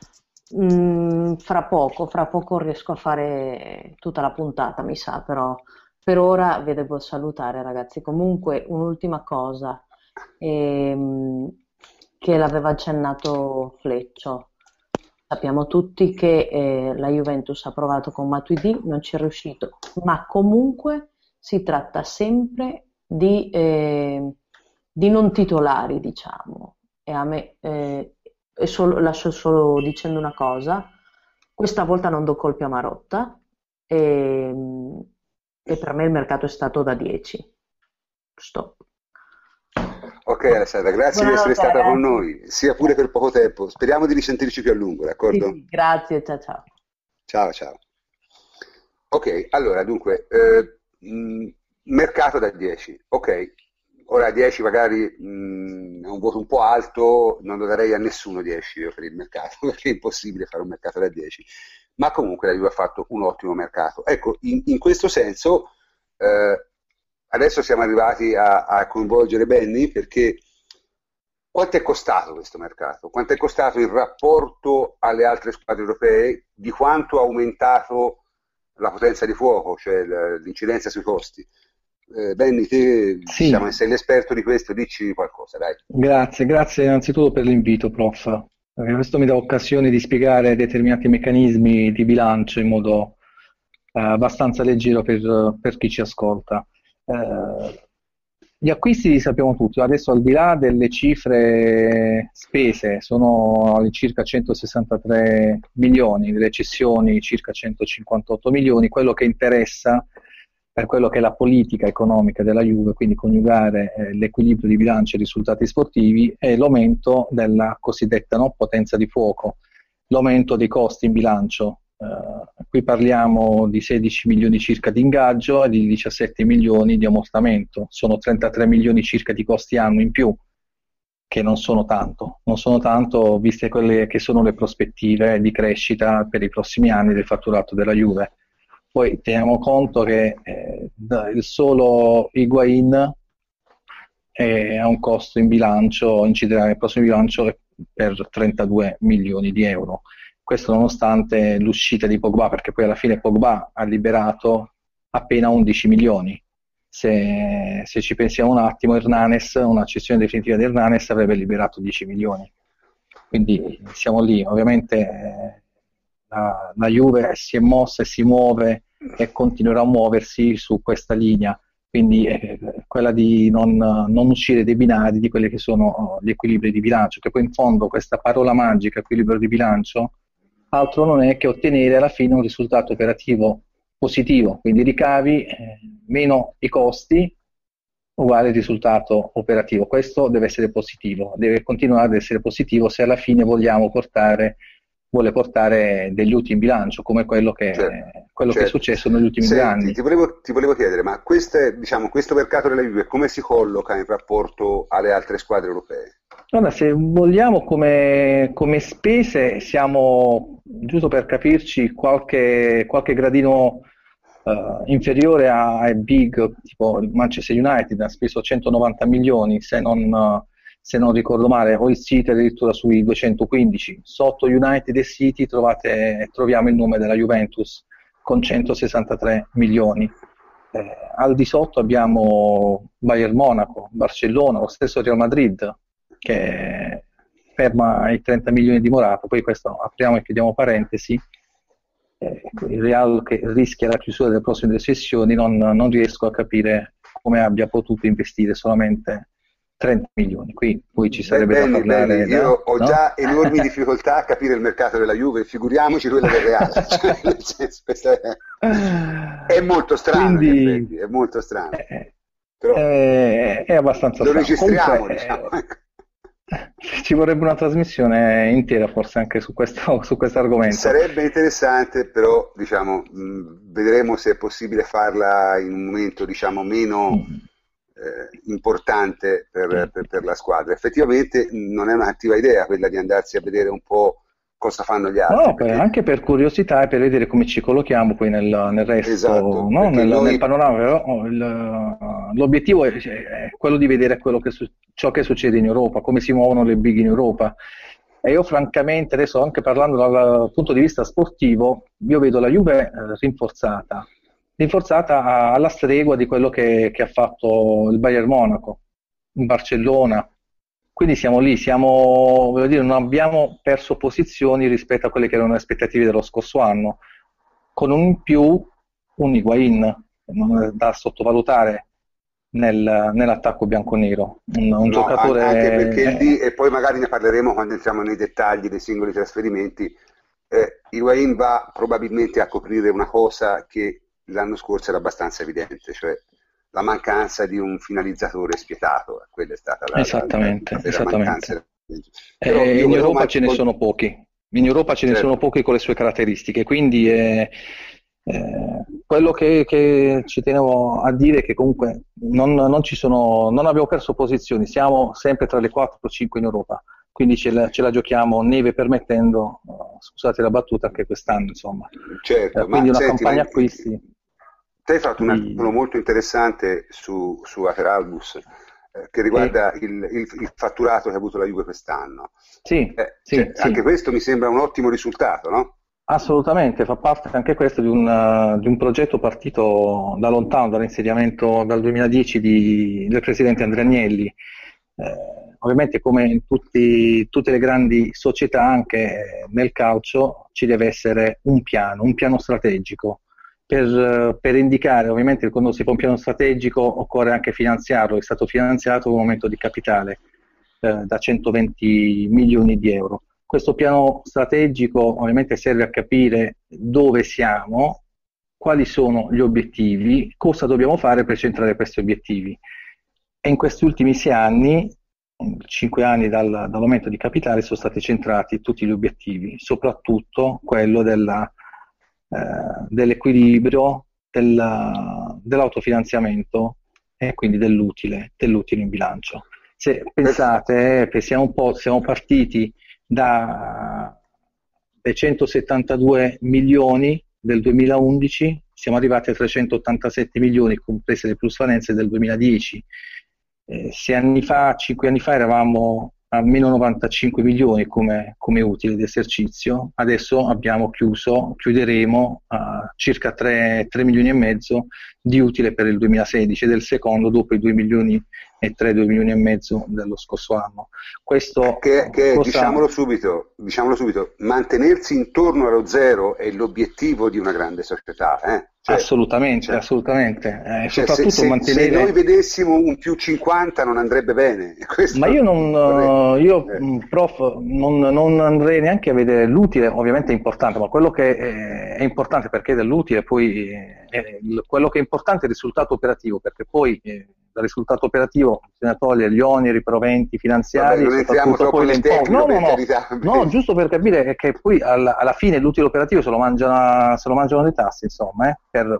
fra poco riesco a fare tutta la puntata, mi sa, però per ora vi devo salutare, ragazzi. Comunque un'ultima cosa che l'aveva accennato Fleccio. Sappiamo tutti che la Juventus ha provato con Matuidi, non ci è riuscito, ma comunque si tratta sempre di non titolari, diciamo. E a me lascio solo dicendo una cosa: questa volta non do colpi a Marotta, e per me il mercato è stato da 10. Stop. Ok Alessandra, grazie di essere stata con noi, sia pure per poco tempo. Speriamo di risentirci più a lungo, d'accordo? Sì, grazie, ciao ciao. Ciao, ciao. Ok, allora, dunque, mercato da 10. Ok, ora 10 magari è un voto un po' alto, non lo darei a nessuno 10 io per il mercato, perché è impossibile fare un mercato da 10. Ma comunque la Juve ha fatto un ottimo mercato. Ecco, in questo senso, adesso siamo arrivati a coinvolgere Benny, perché quanto è costato questo mercato? Quanto è costato in rapporto alle altre squadre europee? Di quanto ha aumentato la potenza di fuoco, cioè l'incidenza sui costi? Benny, te Sì, diciamo, sei l'esperto di questo, dici qualcosa, dai. grazie innanzitutto per l'invito, prof. Perché questo mi dà occasione di spiegare determinati meccanismi di bilancio in modo abbastanza leggero per chi ci ascolta. Gli acquisti li sappiamo tutti, adesso al di là delle cifre spese, sono circa 163 milioni, le cessioni circa 158 milioni, quello che interessa per quello che è la politica economica della Juve, quindi coniugare l'equilibrio di bilancio e risultati sportivi, e l'aumento della cosiddetta potenza di fuoco, l'aumento dei costi in bilancio. Qui parliamo di 16 milioni circa di ingaggio e di 17 milioni di ammortamento, sono 33 milioni circa di costi annui in più, che non sono tanto viste quelle che sono le prospettive di crescita per i prossimi anni del fatturato della Juve. Poi teniamo conto che il solo Higuaín ha un costo in bilancio, inciderà nel prossimo bilancio per 32 milioni di euro. Questo nonostante l'uscita di Pogba, perché poi alla fine Pogba ha liberato appena 11 milioni. Se ci pensiamo un attimo, Hernanes, una cessione definitiva di Hernanes avrebbe liberato 10 milioni. Quindi siamo lì, ovviamente la Juve si è mossa e si muove e continuerà a muoversi su questa linea, quindi quella di non uscire dei binari di quelli che sono gli equilibri di bilancio, che poi in fondo questa parola magica, equilibrio di bilancio, altro non è che ottenere alla fine un risultato operativo positivo, quindi ricavi meno i costi uguale risultato operativo. Questo deve essere positivo, deve continuare ad essere positivo se alla fine vuole portare degli utili in bilancio, come quello che è successo negli ultimi 2 anni. Ti volevo chiedere, ma questo mercato della Juve come si colloca in rapporto alle altre squadre europee? Allora, se vogliamo come spese siamo, giusto per capirci, qualche gradino inferiore ai big, tipo il Manchester United ha speso 190 milioni, se non ricordo male, o il City addirittura sui 215. Sotto United e City troviamo il nome della Juventus con 163 milioni. Al di sotto abbiamo Bayern Monaco, Barcellona, lo stesso Real Madrid, che ferma ai 30 milioni di Morata. Poi questo apriamo e chiudiamo parentesi. Il Real che rischia la chiusura delle prossime sessioni, non riesco a capire come abbia potuto investire solamente 30 milioni. Qui poi ci sarebbe da parlare. Io ho già enormi difficoltà a capire il mercato della Juve, figuriamoci quello del Real. Cioè, nel senso, questo è molto strano, quindi, in effetti, è molto strano. Però è abbastanza lo strano. registriamo, Comunque, diciamo. ci vorrebbe una trasmissione intera forse anche su questo argomento. Sarebbe interessante, però diciamo, vedremo se è possibile farla in un momento diciamo meno importante per la squadra. Effettivamente non è una cattiva idea quella di andarsi a vedere un po' cosa fanno gli altri. No, perché anche per curiosità e per vedere come ci collochiamo poi nel resto, esatto, no? nel panorama. Però, l'obiettivo è quello di vedere ciò che succede in Europa, come si muovono le big in Europa. E io francamente, adesso anche parlando dal punto di vista sportivo, io vedo la Juve rinforzata alla stregua di quello che ha fatto il Bayern Monaco, in Barcellona. Quindi siamo lì, voglio dire, non abbiamo perso posizioni rispetto a quelle che erano le aspettative dello scorso anno, con un più un Higuaín, non è da sottovalutare nell'attacco bianconero. Un giocatore... Anche perché lì, e poi magari ne parleremo quando entriamo nei dettagli dei singoli trasferimenti, Higuaín va probabilmente a coprire una cosa che l'anno scorso era abbastanza evidente, cioè la mancanza di un finalizzatore spietato. Quella è stata la esattamente. mancanza. In Europa ce ne sono pochi, In Europa ce ne certo. sono pochi con le sue caratteristiche, quindi quello che ci tenevo a dire è che comunque non abbiamo perso posizioni, siamo sempre tra le 4-5 in Europa, quindi ce la giochiamo neve permettendo, scusate la battuta, anche quest'anno, insomma. Certo, Quindi ma una senti, campagna acquisti te hai fatto un di... articolo molto interessante su Ateralbus che Sì, riguarda il fatturato che ha avuto la Juve quest'anno. sì, sì, Cioè, sì. anche questo mi sembra un ottimo risultato, no? Assolutamente, fa parte anche questo di un progetto partito da lontano, dall'insediamento dal 2010 del presidente Andrea Agnelli. Ovviamente, come in tutte le grandi società, anche nel calcio ci deve essere un piano strategico. Per indicare, ovviamente, quando si fa un piano strategico occorre anche finanziarlo, è stato finanziato con un aumento di capitale da 120 milioni di euro. Questo piano strategico ovviamente serve a capire dove siamo, quali sono gli obiettivi, cosa dobbiamo fare per centrare questi obiettivi. E in questi ultimi 6 anni, 5 anni dall'aumento di capitale, sono stati centrati tutti gli obiettivi, soprattutto quello dell'equilibrio, dell'autofinanziamento e quindi dell'utile in bilancio. Se pensate, pensiamo un po', siamo partiti dai 172 milioni del 2011, siamo arrivati a 387 milioni, comprese le plusvalenze del 2010. 6 anni fa, 5 anni fa eravamo a meno 95 milioni come utile di esercizio, adesso chiuderemo a circa 3 milioni e mezzo di utile per il 2016, del secondo dopo i 2 milioni e 2 milioni e mezzo dello scorso anno. Questo diciamolo subito, mantenersi intorno allo zero è l'obiettivo di una grande società, Cioè, assolutamente. Soprattutto se mantenere... noi vedessimo un più 50 non andrebbe bene. Ma prof, non andrei neanche a vedere l'utile, ovviamente è importante, ma quello che è importante perché dell'utile poi quello che è importante è il risultato operativo, perché poi dal risultato operativo bisogna togliere gli oneri, i proventi finanziari. Vabbè, non entriamo troppo nel tecnico, no, giusto per capire che poi alla fine l'utile operativo se lo mangiano le tasse, insomma, per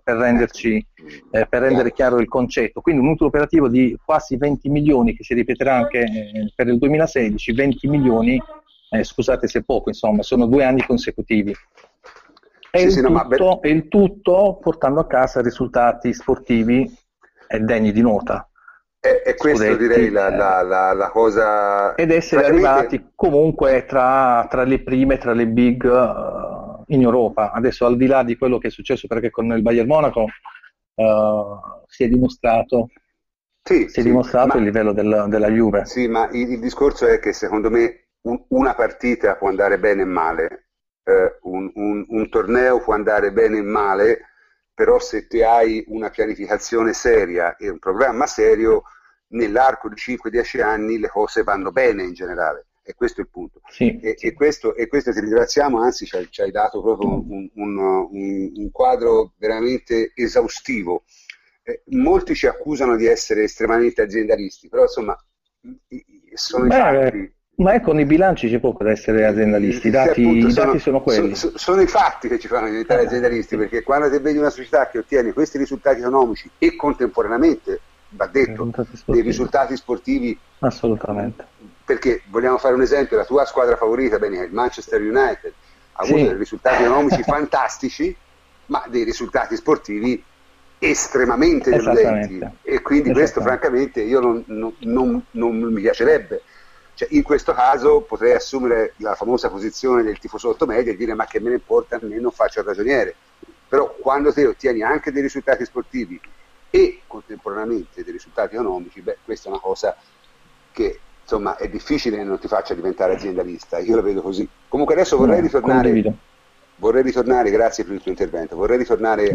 rendere chiaro il concetto. Quindi un utile operativo di quasi 20 milioni che si ripeterà anche per il 2016, 20 milioni, scusate se è poco, insomma, sono 2 anni consecutivi. E il tutto portando a casa risultati sportivi degni di nota. E questo direi la cosa... Ed essere arrivati comunque tra le prime, tra le big in Europa. Adesso, al di là di quello che è successo, perché con il Bayern Monaco si è dimostrato il livello della Juve. Sì, ma il discorso è che secondo me una partita può andare bene e male, un torneo può andare bene e male, però se te hai una pianificazione seria e un programma serio, nell'arco di 5-10 anni le cose vanno bene in generale, e questo è il punto. Sì. E questo ti ringraziamo, anzi ci hai dato proprio un quadro veramente esaustivo. Molti ci accusano di essere estremamente aziendalisti, però insomma sono i fatti. Ma con i bilanci c'è poco da essere aziendalisti, i dati sono quelli. Sono i fatti che ci fanno diventare aziendalisti, perché quando ti vedi una società che ottiene questi risultati economici e contemporaneamente, va detto, dei risultati sportivi, assolutamente. Perché vogliamo fare un esempio, la tua squadra favorita, il Manchester United, ha avuto dei risultati economici fantastici, ma dei risultati sportivi estremamente deludenti, e quindi questo francamente io non mi piacerebbe. Cioè, in questo caso potrei assumere la famosa posizione del tifosotto medio e dire: ma che me ne importa, a me non faccio il ragioniere. Però quando te ottieni anche dei risultati sportivi e contemporaneamente dei risultati economici, questa è una cosa che insomma è difficile che non ti faccia diventare aziendalista, io la vedo così. Comunque adesso vorrei ritornare, grazie per il tuo intervento, vorrei ritornare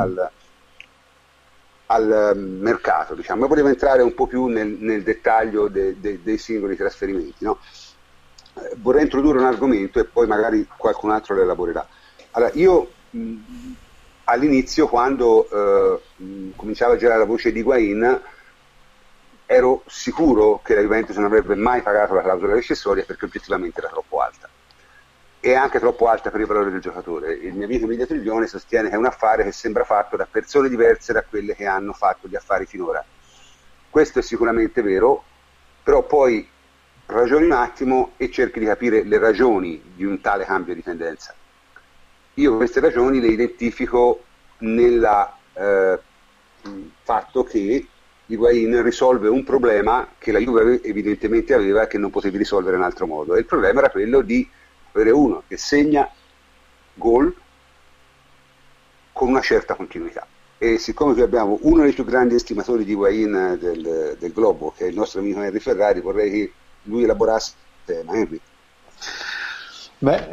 al mercato, diciamo, e volevo entrare un po' più nel dettaglio dei singoli trasferimenti, no? Vorrei introdurre un argomento e poi magari qualcun altro lo elaborerà. Allora, io all'inizio, quando cominciava a girare la voce di Higuaín, ero sicuro che la Juventus non avrebbe mai pagato la clausola rescissoria, perché oggettivamente era troppo alta. è anche troppo alta per il valore del giocatore. Il mio amico Emilio Triglione sostiene che è un affare che sembra fatto da persone diverse da quelle che hanno fatto gli affari finora. Questo è sicuramente vero, però poi ragioni un attimo e cerchi di capire le ragioni di un tale cambio di tendenza. Io queste ragioni le identifico nel fatto che Higuain risolve un problema che la Juve evidentemente aveva e che non potevi risolvere in altro modo, e il problema era quello di avere uno che segna gol con una certa continuità. E siccome qui abbiamo uno dei più grandi estimatori di Higuain del globo, che è il nostro amico Henry Ferrari, vorrei che lui elaborasse il tema. Henry. Beh,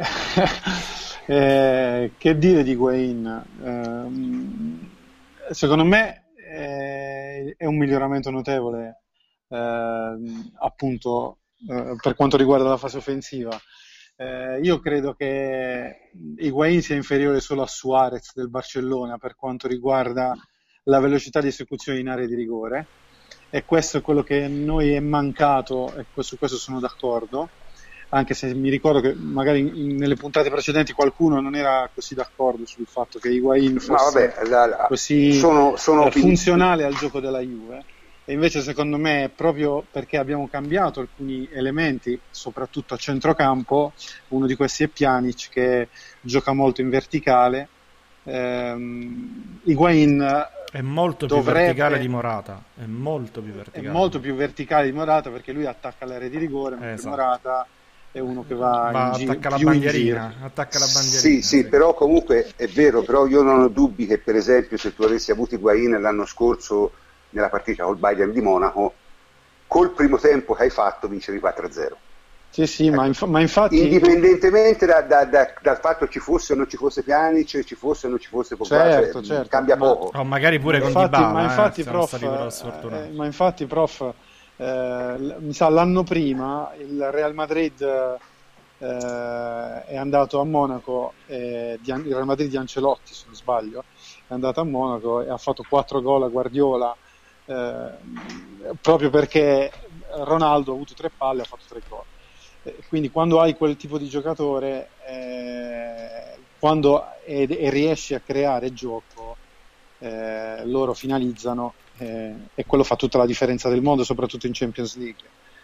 che dire di Higuain? Secondo me è un miglioramento notevole, appunto, per quanto riguarda la fase offensiva. Io credo che Higuain sia inferiore solo a Suarez del Barcellona per quanto riguarda la velocità di esecuzione in area di rigore, e questo è quello che a noi è mancato, e su questo sono d'accordo, anche se mi ricordo che magari nelle puntate precedenti qualcuno non era così d'accordo sul fatto che Higuain fosse così funzionale al gioco della Juve. E invece secondo me è proprio perché abbiamo cambiato alcuni elementi, soprattutto a centrocampo. Uno di questi è Pjanic, che gioca molto in verticale. Higuain è molto più verticale di Morata, è molto più verticale di Morata, perché lui attacca l'area di rigore, mentre Morata è uno che va attacca la bandierina. Sì, però comunque è vero, però io non ho dubbi che per esempio se tu avessi avuto Higuain l'anno scorso nella partita col Bayern di Monaco, col primo tempo che hai fatto vincevi 4-0. Sì, ecco. ma infatti indipendentemente dal fatto ci fosse o non ci fosse Pjanic, ci fosse o non ci fosse Pogba, certo, cambia poco. O magari pure con Dybala, ma infatti prof, mi sa l'anno prima il Real Madrid è andato a Monaco, il Real Madrid di Ancelotti se non sbaglio, è andato a Monaco e ha fatto 4 gol a Guardiola, proprio perché Ronaldo ha avuto 3 palle e ha fatto 3 gol. Quindi quando hai quel tipo di giocatore, quando riesci a creare gioco, loro finalizzano, e quello fa tutta la differenza del mondo, soprattutto in Champions League.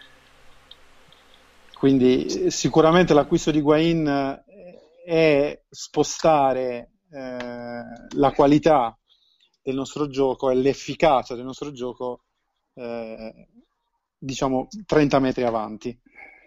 Quindi sicuramente l'acquisto di Higuain è spostare la qualità del nostro gioco e l'efficacia del nostro gioco, diciamo 30 metri avanti.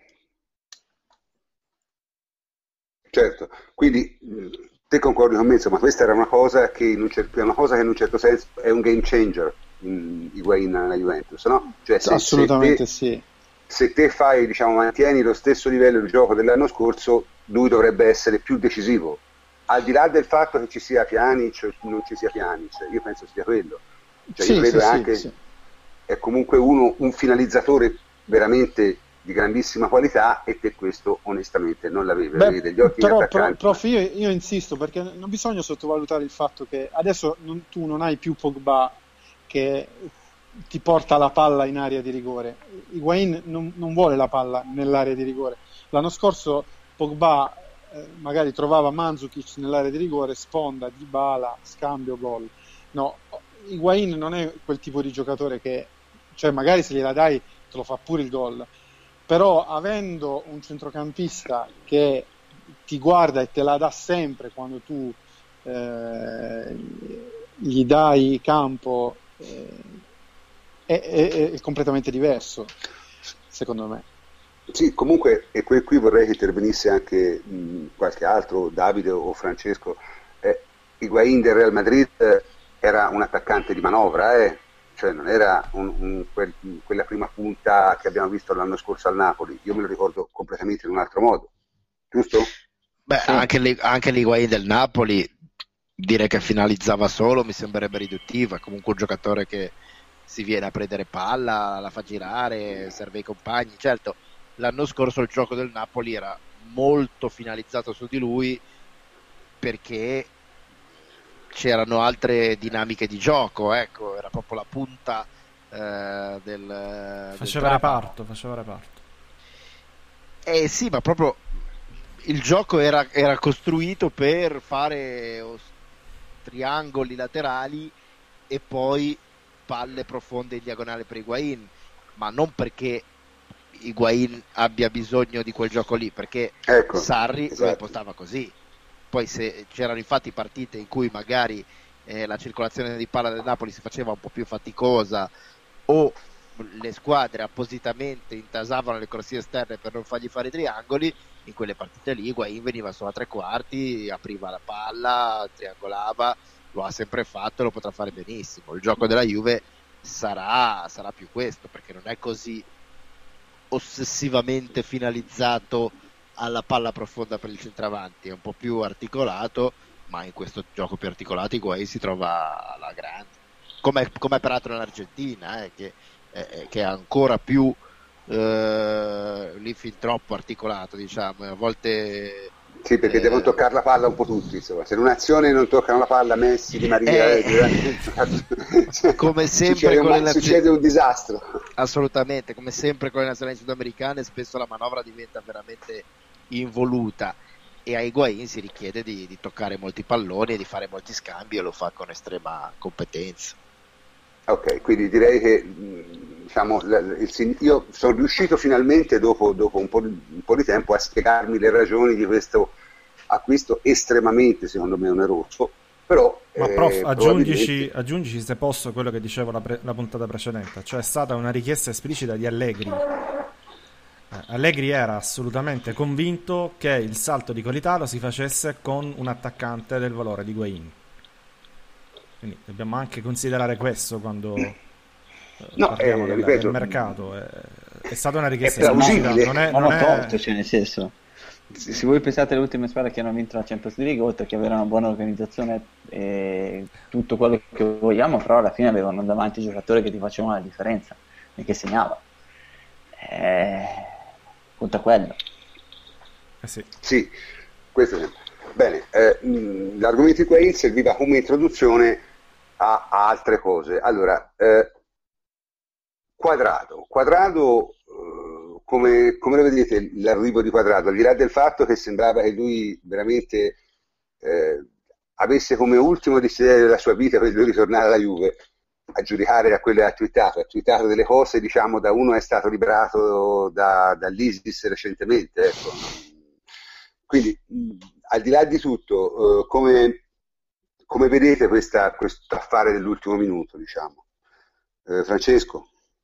Certo, quindi te concordi con me, insomma, questa era una cosa che in un certo senso è un game changer in Higuain alla Juventus, no? Cioè, assolutamente sì. Se te fai, diciamo, mantieni lo stesso livello di gioco dell'anno scorso, lui dovrebbe essere più decisivo, al di là del fatto che ci sia Pjanic o non ci sia Pjanic. Io penso sia quello, cioè, io credo è comunque un finalizzatore veramente di grandissima qualità, e per questo onestamente non l'avevi. Avevi degli ottimi attaccanti. Prof, io insisto, perché non bisogna sottovalutare il fatto che adesso tu non hai più Pogba che ti porta la palla in area di rigore. Higuain non vuole la palla nell'area di rigore. L'anno scorso Pogba magari trovava Mandzukic nell'area di rigore, sponda, Dybala, scambio, gol. No, Higuain non è quel tipo di giocatore che, cioè magari se gliela dai te lo fa pure il gol, però avendo un centrocampista che ti guarda e te la dà sempre quando tu gli dai campo, è completamente diverso, secondo me. Sì, comunque, e qui vorrei che intervenisse anche qualche altro, Davide o Francesco. Higuain del Real Madrid era un attaccante di manovra, cioè non era quella prima punta che abbiamo visto l'anno scorso al Napoli. Io me lo ricordo completamente in un altro modo, giusto? Beh, sì. Anche l'Higuain del Napoli, dire che finalizzava solo mi sembrerebbe riduttivo. È comunque un giocatore che si viene a prendere palla, la fa girare, serve ai compagni. Certo, l'anno scorso il gioco del Napoli era molto finalizzato su di lui, perché c'erano altre dinamiche di gioco, ecco, era proprio la punta faceva reparto. Sì, ma proprio il gioco era costruito per fare triangoli laterali e poi palle profonde in diagonale per Higuain, ma non perché Higuain abbia bisogno di quel gioco lì, perché Sarri lo impostava così. Poi se c'erano infatti partite in cui magari la circolazione di palla del Napoli si faceva un po' più faticosa, o le squadre appositamente intasavano le corsie esterne per non fargli fare i triangoli, in quelle partite lì Higuain veniva solo a tre quarti, apriva la palla, triangolava, lo ha sempre fatto, lo potrà fare benissimo. Il gioco della Juve sarà più questo, perché non è così ossessivamente finalizzato alla palla profonda per il centravanti, è un po' più articolato, ma in questo gioco più articolato Higuain si trova alla grande, come peraltro nell'Argentina, che è ancora più lì fin troppo articolato, diciamo, a volte sì, perché devono toccare la palla un po' tutti, insomma. Se in un'azione non toccano la palla Messi, Di Maria, come sempre succede un disastro. Assolutamente, come sempre con le nazionali sudamericane spesso la manovra diventa veramente involuta e a Higuain si richiede di toccare molti palloni e di fare molti scambi, e lo fa con estrema competenza. Ok, quindi direi che diciamo, io sono riuscito finalmente dopo un po' di tempo a spiegarmi le ragioni di questo acquisto estremamente, secondo me, oneroso. Però, ma prof, aggiungici se posso quello che dicevo la puntata precedente, cioè è stata una richiesta esplicita di Allegri. Allegri era assolutamente convinto che il salto di qualità lo si facesse con un attaccante del valore di Higuain. Quindi dobbiamo anche considerare questo quando parliamo del mercato. È stata una richiesta esplicita, non è torto, cioè nel senso, se voi pensate alle ultime squadre che hanno vinto la Champions League, oltre che avere una buona organizzazione e tutto quello che vogliamo, però alla fine avevano davanti giocatori che ti facevano la differenza e che segnava. Conta quello. Sì, questo è bene. L'argomento di Higuain serviva come introduzione a altre cose. Allora, Quadrado, come lo vedete l'arrivo di Quadrado, al di là del fatto che sembrava che lui veramente avesse come ultimo desiderio della sua vita per ritornare alla Juve, a giudicare da quello che ha twittato delle cose, diciamo, da uno è stato liberato dall'ISIS recentemente, ecco. Quindi al di là di tutto, come vedete questo affare dell'ultimo minuto, diciamo? Francesco?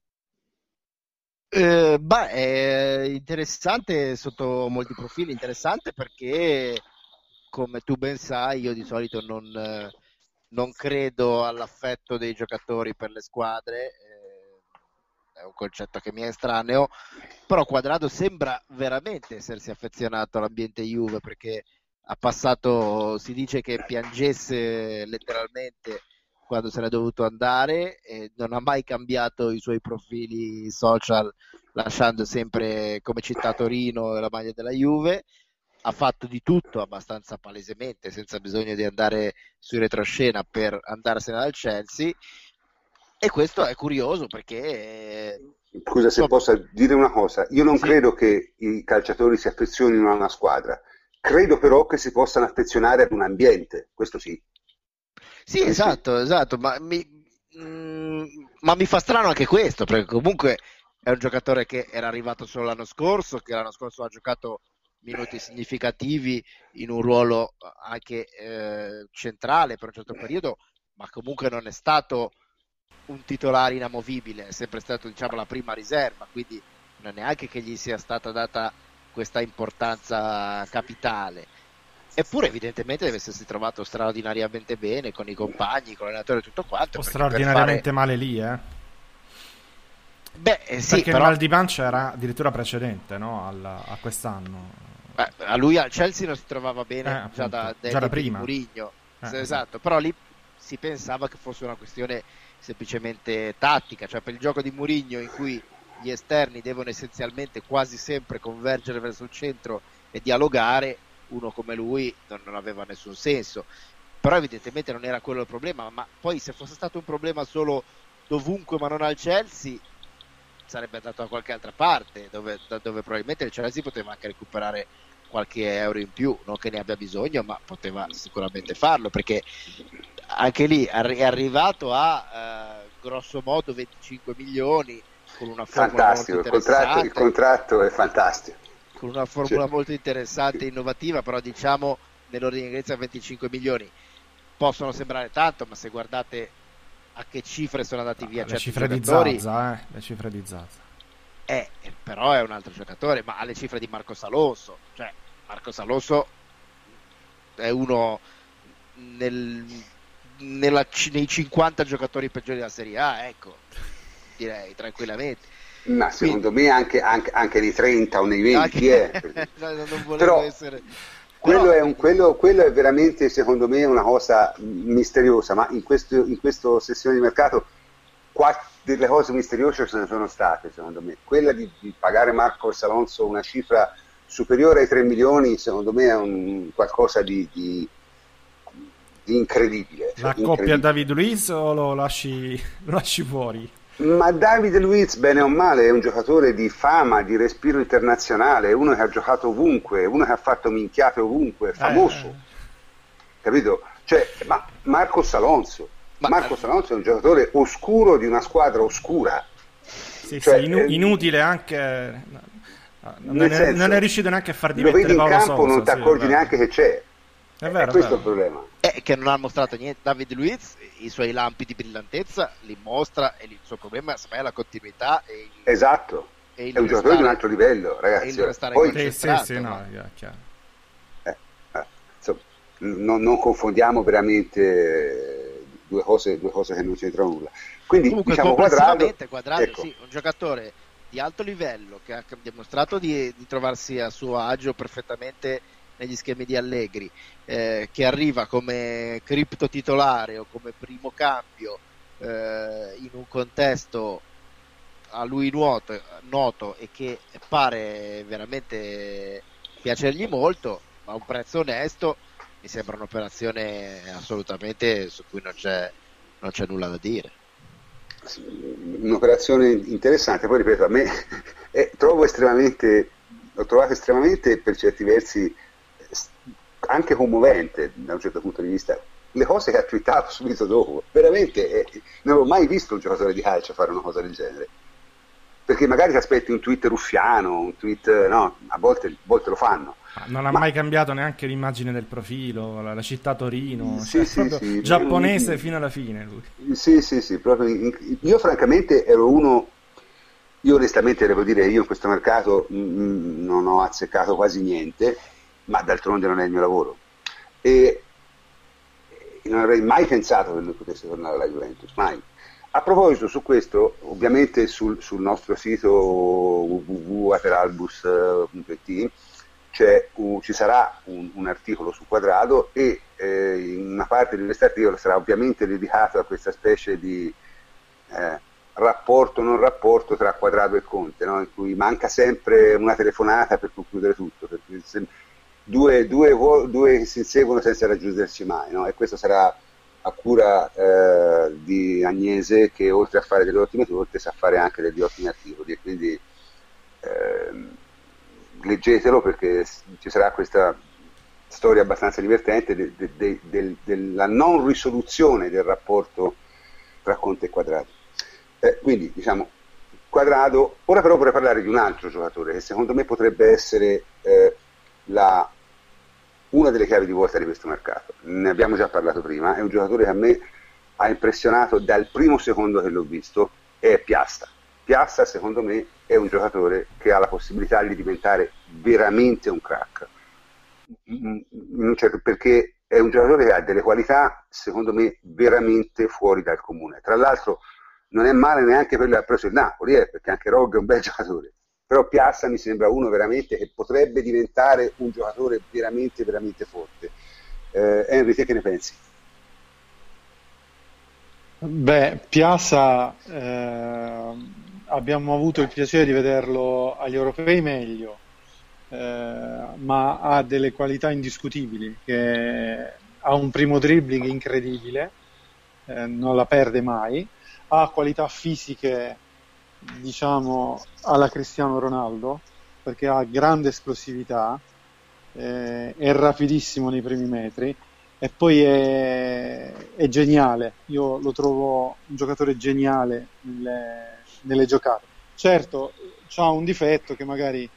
È interessante sotto molti profili, interessante perché, come tu ben sai, io di solito non credo all'affetto dei giocatori per le squadre, è un concetto che mi è estraneo, però Quadrado sembra veramente essersi affezionato all'ambiente Juve, perché ha passato, si dice che piangesse letteralmente quando se n'è dovuto andare, e non ha mai cambiato i suoi profili social, lasciando sempre come città Torino la maglia della Juve. Ha fatto di tutto abbastanza palesemente, senza bisogno di andare sui retroscena, per andarsene dal Chelsea, e questo è curioso perché... Scusa, se posso dire una cosa, io non credo che i calciatori si affezionino a una squadra, credo però che si possano affezionare ad un ambiente, questo sì. Sì, esatto, ma mi fa strano anche questo, perché comunque è un giocatore che era arrivato solo l'anno scorso, che l'anno scorso ha giocato minuti significativi in un ruolo anche centrale per un certo periodo, ma comunque non è stato un titolare inamovibile, è sempre stato, diciamo, la prima riserva, quindi non è neanche che gli sia stata data questa importanza capitale. Eppure evidentemente deve essersi trovato straordinariamente bene con i compagni, con l'allenatore e tutto quanto. O straordinariamente male lì, sì, perché però... il mal di pancia era addirittura precedente, no? a quest'anno. A lui al Chelsea non si trovava bene già da prima. Mourinho. Esatto, però lì si pensava che fosse una questione semplicemente tattica, cioè per il gioco di Mourinho, in cui gli esterni devono essenzialmente quasi sempre convergere verso il centro e dialogare, uno come lui non aveva nessun senso. Però evidentemente non era quello il problema, ma poi se fosse stato un problema solo dovunque ma non al Chelsea, sarebbe andato da qualche altra parte, dove probabilmente il Chelsea poteva anche recuperare qualche euro in più, non che ne abbia bisogno, ma poteva sicuramente farlo, perché anche lì è arrivato a grosso modo 25 milioni con una formula fantastico, molto interessante. Il contratto è fantastico. Con una formula molto interessante e innovativa, però diciamo nell'ordine di grandezza 25 milioni possono sembrare tanto, ma se guardate a che cifre sono andati via certi giocatori, le cifre di Zaza. Però è un altro giocatore, ma alle cifre di Marcos Alonso, cioè Marcos Alonso è uno nei 50 giocatori peggiori della Serie A, ecco, direi tranquillamente. Ma secondo me anche nei 30 o nei 20 non volevo però essere... quello è veramente, secondo me, una cosa misteriosa, ma in questa sessione di mercato delle cose misteriose ce ne sono state, secondo me. Quella di pagare Marcos Alonso una cifra superiore ai 3 milioni, secondo me è qualcosa di incredibile. La coppia David Luiz o lo lasci fuori? Ma David Luiz, bene o male, è un giocatore di fama, di respiro internazionale, uno che ha giocato ovunque, uno che ha fatto minchiate ovunque, famoso, capito? Cioè, ma Marcos Alonso è un giocatore oscuro di una squadra oscura. Sì, cioè, inutile anche... Non è riuscito neanche a far dimettere Paolo Sousa. Lo vedi in campo, non ti accorgi neanche che c'è. È vero, questo è il problema. Che non ha mostrato niente. David Luiz, i suoi lampi di brillantezza li mostra, e il suo problema è la continuità. Esatto, è un giocatore di un altro livello, ragazzi. Poi, no, è chiaro. Insomma, non confondiamo veramente due cose che non c'entrano nulla. Quindi, comunque, diciamo, Quadrado, ecco. sì, un giocatore di alto livello che ha dimostrato di trovarsi a suo agio perfettamente negli schemi di Allegri, che arriva come cripto titolare o come primo cambio in un contesto a lui noto e che pare veramente piacergli molto, ma a un prezzo onesto, mi sembra un'operazione assolutamente su cui non c'è nulla da dire. Un'operazione interessante, poi ripeto, a me l'ho trovato estremamente, per certi versi, anche commovente da un certo punto di vista, le cose che ha twittato subito dopo. Veramente non ho mai visto un giocatore di calcio fare una cosa del genere, perché magari ti aspetti un tweet ruffiano, un tweet, no, a volte lo fanno. Non ha mai cambiato neanche l'immagine del profilo, la città Torino, sì, giapponese fino alla fine lui. Sì, proprio io francamente io onestamente devo dire, io in questo mercato non ho azzeccato quasi niente, ma d'altronde non è il mio lavoro, e non avrei mai pensato che lui potesse tornare alla Juventus, mai. A proposito, su questo, ovviamente sul nostro sito www.ateralbus.it ci sarà un articolo su Quadrado, e in una parte di questo articolo sarà ovviamente dedicato a questa specie di rapporto non rapporto tra Quadrado e Conte, no? In cui manca sempre una telefonata per concludere tutto, perché due che si inseguono senza raggiungersi mai, no? E questo sarà a cura di Agnese, che oltre a fare delle ottime torte sa fare anche degli ottimi articoli, e quindi leggetelo, perché ci sarà questa storia abbastanza divertente della non risoluzione del rapporto tra Conte e Quadrado. Quindi, diciamo, Quadrado. Ora però vorrei parlare di un altro giocatore che secondo me potrebbe essere una delle chiavi di volta di questo mercato. Ne abbiamo già parlato prima. È un giocatore che a me ha impressionato dal primo secondo che l'ho visto, è Piasta. Piasta, secondo me, è un giocatore che ha la possibilità di diventare veramente un crack, perché è un giocatore che ha delle qualità, secondo me, veramente fuori dal comune. Tra l'altro non è male neanche quello che ha preso il Napoli, perché anche Rogg è un bel giocatore, però Piasta mi sembra uno veramente che potrebbe diventare un giocatore veramente, veramente forte. Henry, te che ne pensi? Beh, Piazza abbiamo avuto il piacere di vederlo agli europei meglio, ma ha delle qualità indiscutibili, che ha un primo dribbling incredibile, non la perde mai, ha qualità fisiche, diciamo, alla Cristiano Ronaldo, perché ha grande esplosività, è rapidissimo nei primi metri e poi è geniale. Io lo trovo un giocatore geniale nelle giocate. Certo, c'ha un difetto che magari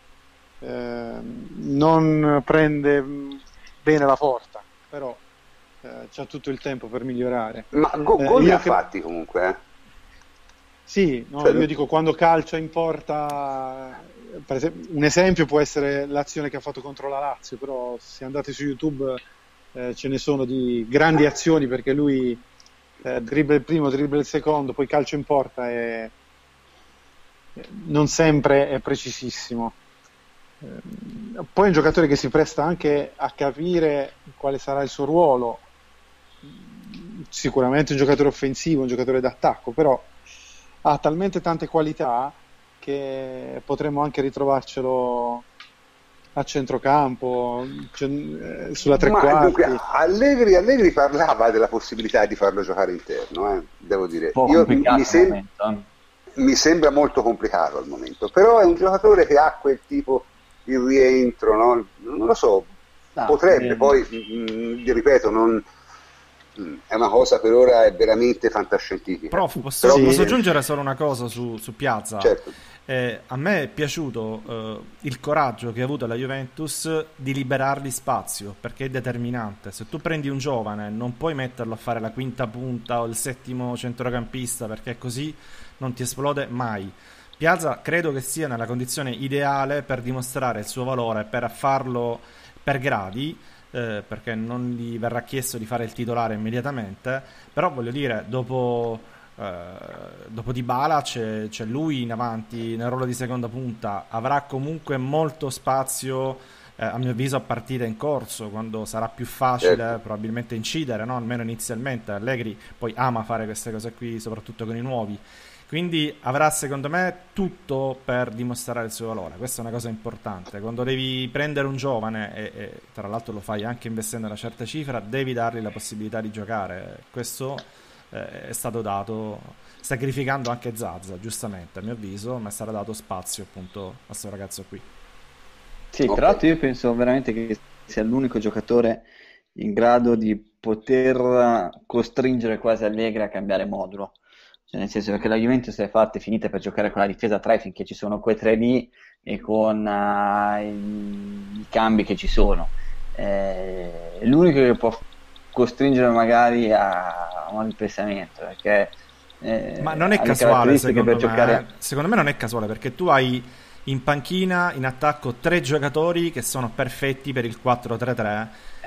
non prende bene la porta, però c'ha tutto il tempo per migliorare. Ma gol ne ha fatti comunque, Sì, no, cioè, io dico quando calcia in porta, per esempio, un esempio può essere l'azione che ha fatto contro la Lazio, però se andate su YouTube ce ne sono di grandi azioni, perché lui dribbla il primo, dribbla il secondo, poi calcia in porta e non sempre è precisissimo. Poi è un giocatore che si presta anche a capire quale sarà il suo ruolo, sicuramente un giocatore offensivo, un giocatore d'attacco, però ha talmente tante qualità che potremmo anche ritrovarcelo a centrocampo, sulla tre quarti. Dunque, Allegri parlava della possibilità di farlo giocare interno, devo dire. Mi sembra molto complicato al momento, però è un giocatore che ha quel tipo di rientro, no? Non lo so, potrebbe, poi ripeto, non è una cosa per ora è veramente fantascientifica. Prof, posso aggiungere solo una cosa su Piazza? Certo. A me è piaciuto il coraggio che ha avuto la Juventus di liberargli spazio, perché è determinante. Se tu prendi un giovane non puoi metterlo a fare la quinta punta o il settimo centrocampista, perché così non ti esplode mai. Piazza credo che sia nella condizione ideale per dimostrare il suo valore, per farlo per gradi, perché non gli verrà chiesto di fare il titolare immediatamente, però voglio dire, dopo Dybala c'è lui in avanti nel ruolo di seconda punta, avrà comunque molto spazio, a mio avviso, a partita in corso, quando sarà più facile probabilmente incidere, no? Almeno inizialmente. Allegri poi ama fare queste cose qui, soprattutto con i nuovi, quindi avrà secondo me tutto per dimostrare il suo valore. Questa è una cosa importante. Quando devi prendere un giovane, e tra l'altro lo fai anche investendo una certa cifra, devi dargli la possibilità di giocare. Questo è stato dato sacrificando anche Zaza, giustamente a mio avviso, ma è stato dato spazio appunto a questo ragazzo qui. Sì, tra l'altro io penso veramente che sia l'unico giocatore in grado di poter costringere quasi Allegri a cambiare modulo. Cioè, nel senso che la Juventus è fatta e finita per giocare con la difesa a 3 finché ci sono quei 3 lì e con i cambi che ci sono. È l'unico che può costringere magari a un ripensamento, perché ma non è casuale secondo me. Giocare... Secondo me non è casuale, perché tu hai in panchina, in attacco, 3 giocatori che sono perfetti per il 4-3-3.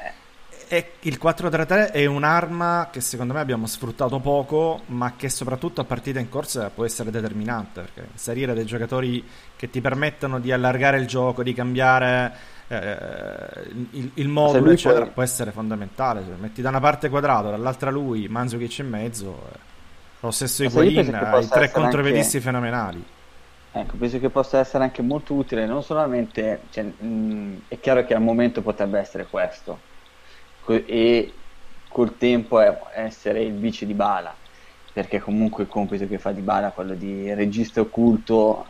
E il 4-3-3 è un'arma che secondo me abbiamo sfruttato poco, ma che soprattutto a partita in corsa può essere determinante, perché inserire dei giocatori che ti permettono di allargare il gioco, di cambiare il modulo, eccetera, può essere fondamentale. Cioè, metti da una parte Quadrato, dall'altra lui, Mandzukic in mezzo, lo stesso Higuaín, hai 3 controvedisti fenomenali. Ecco, penso che possa essere anche molto utile, non solamente, cioè, è chiaro che al momento potrebbe essere questo, e col tempo essere il vice di Dybala, perché comunque il compito che fa Dybala, quello di regista occulto,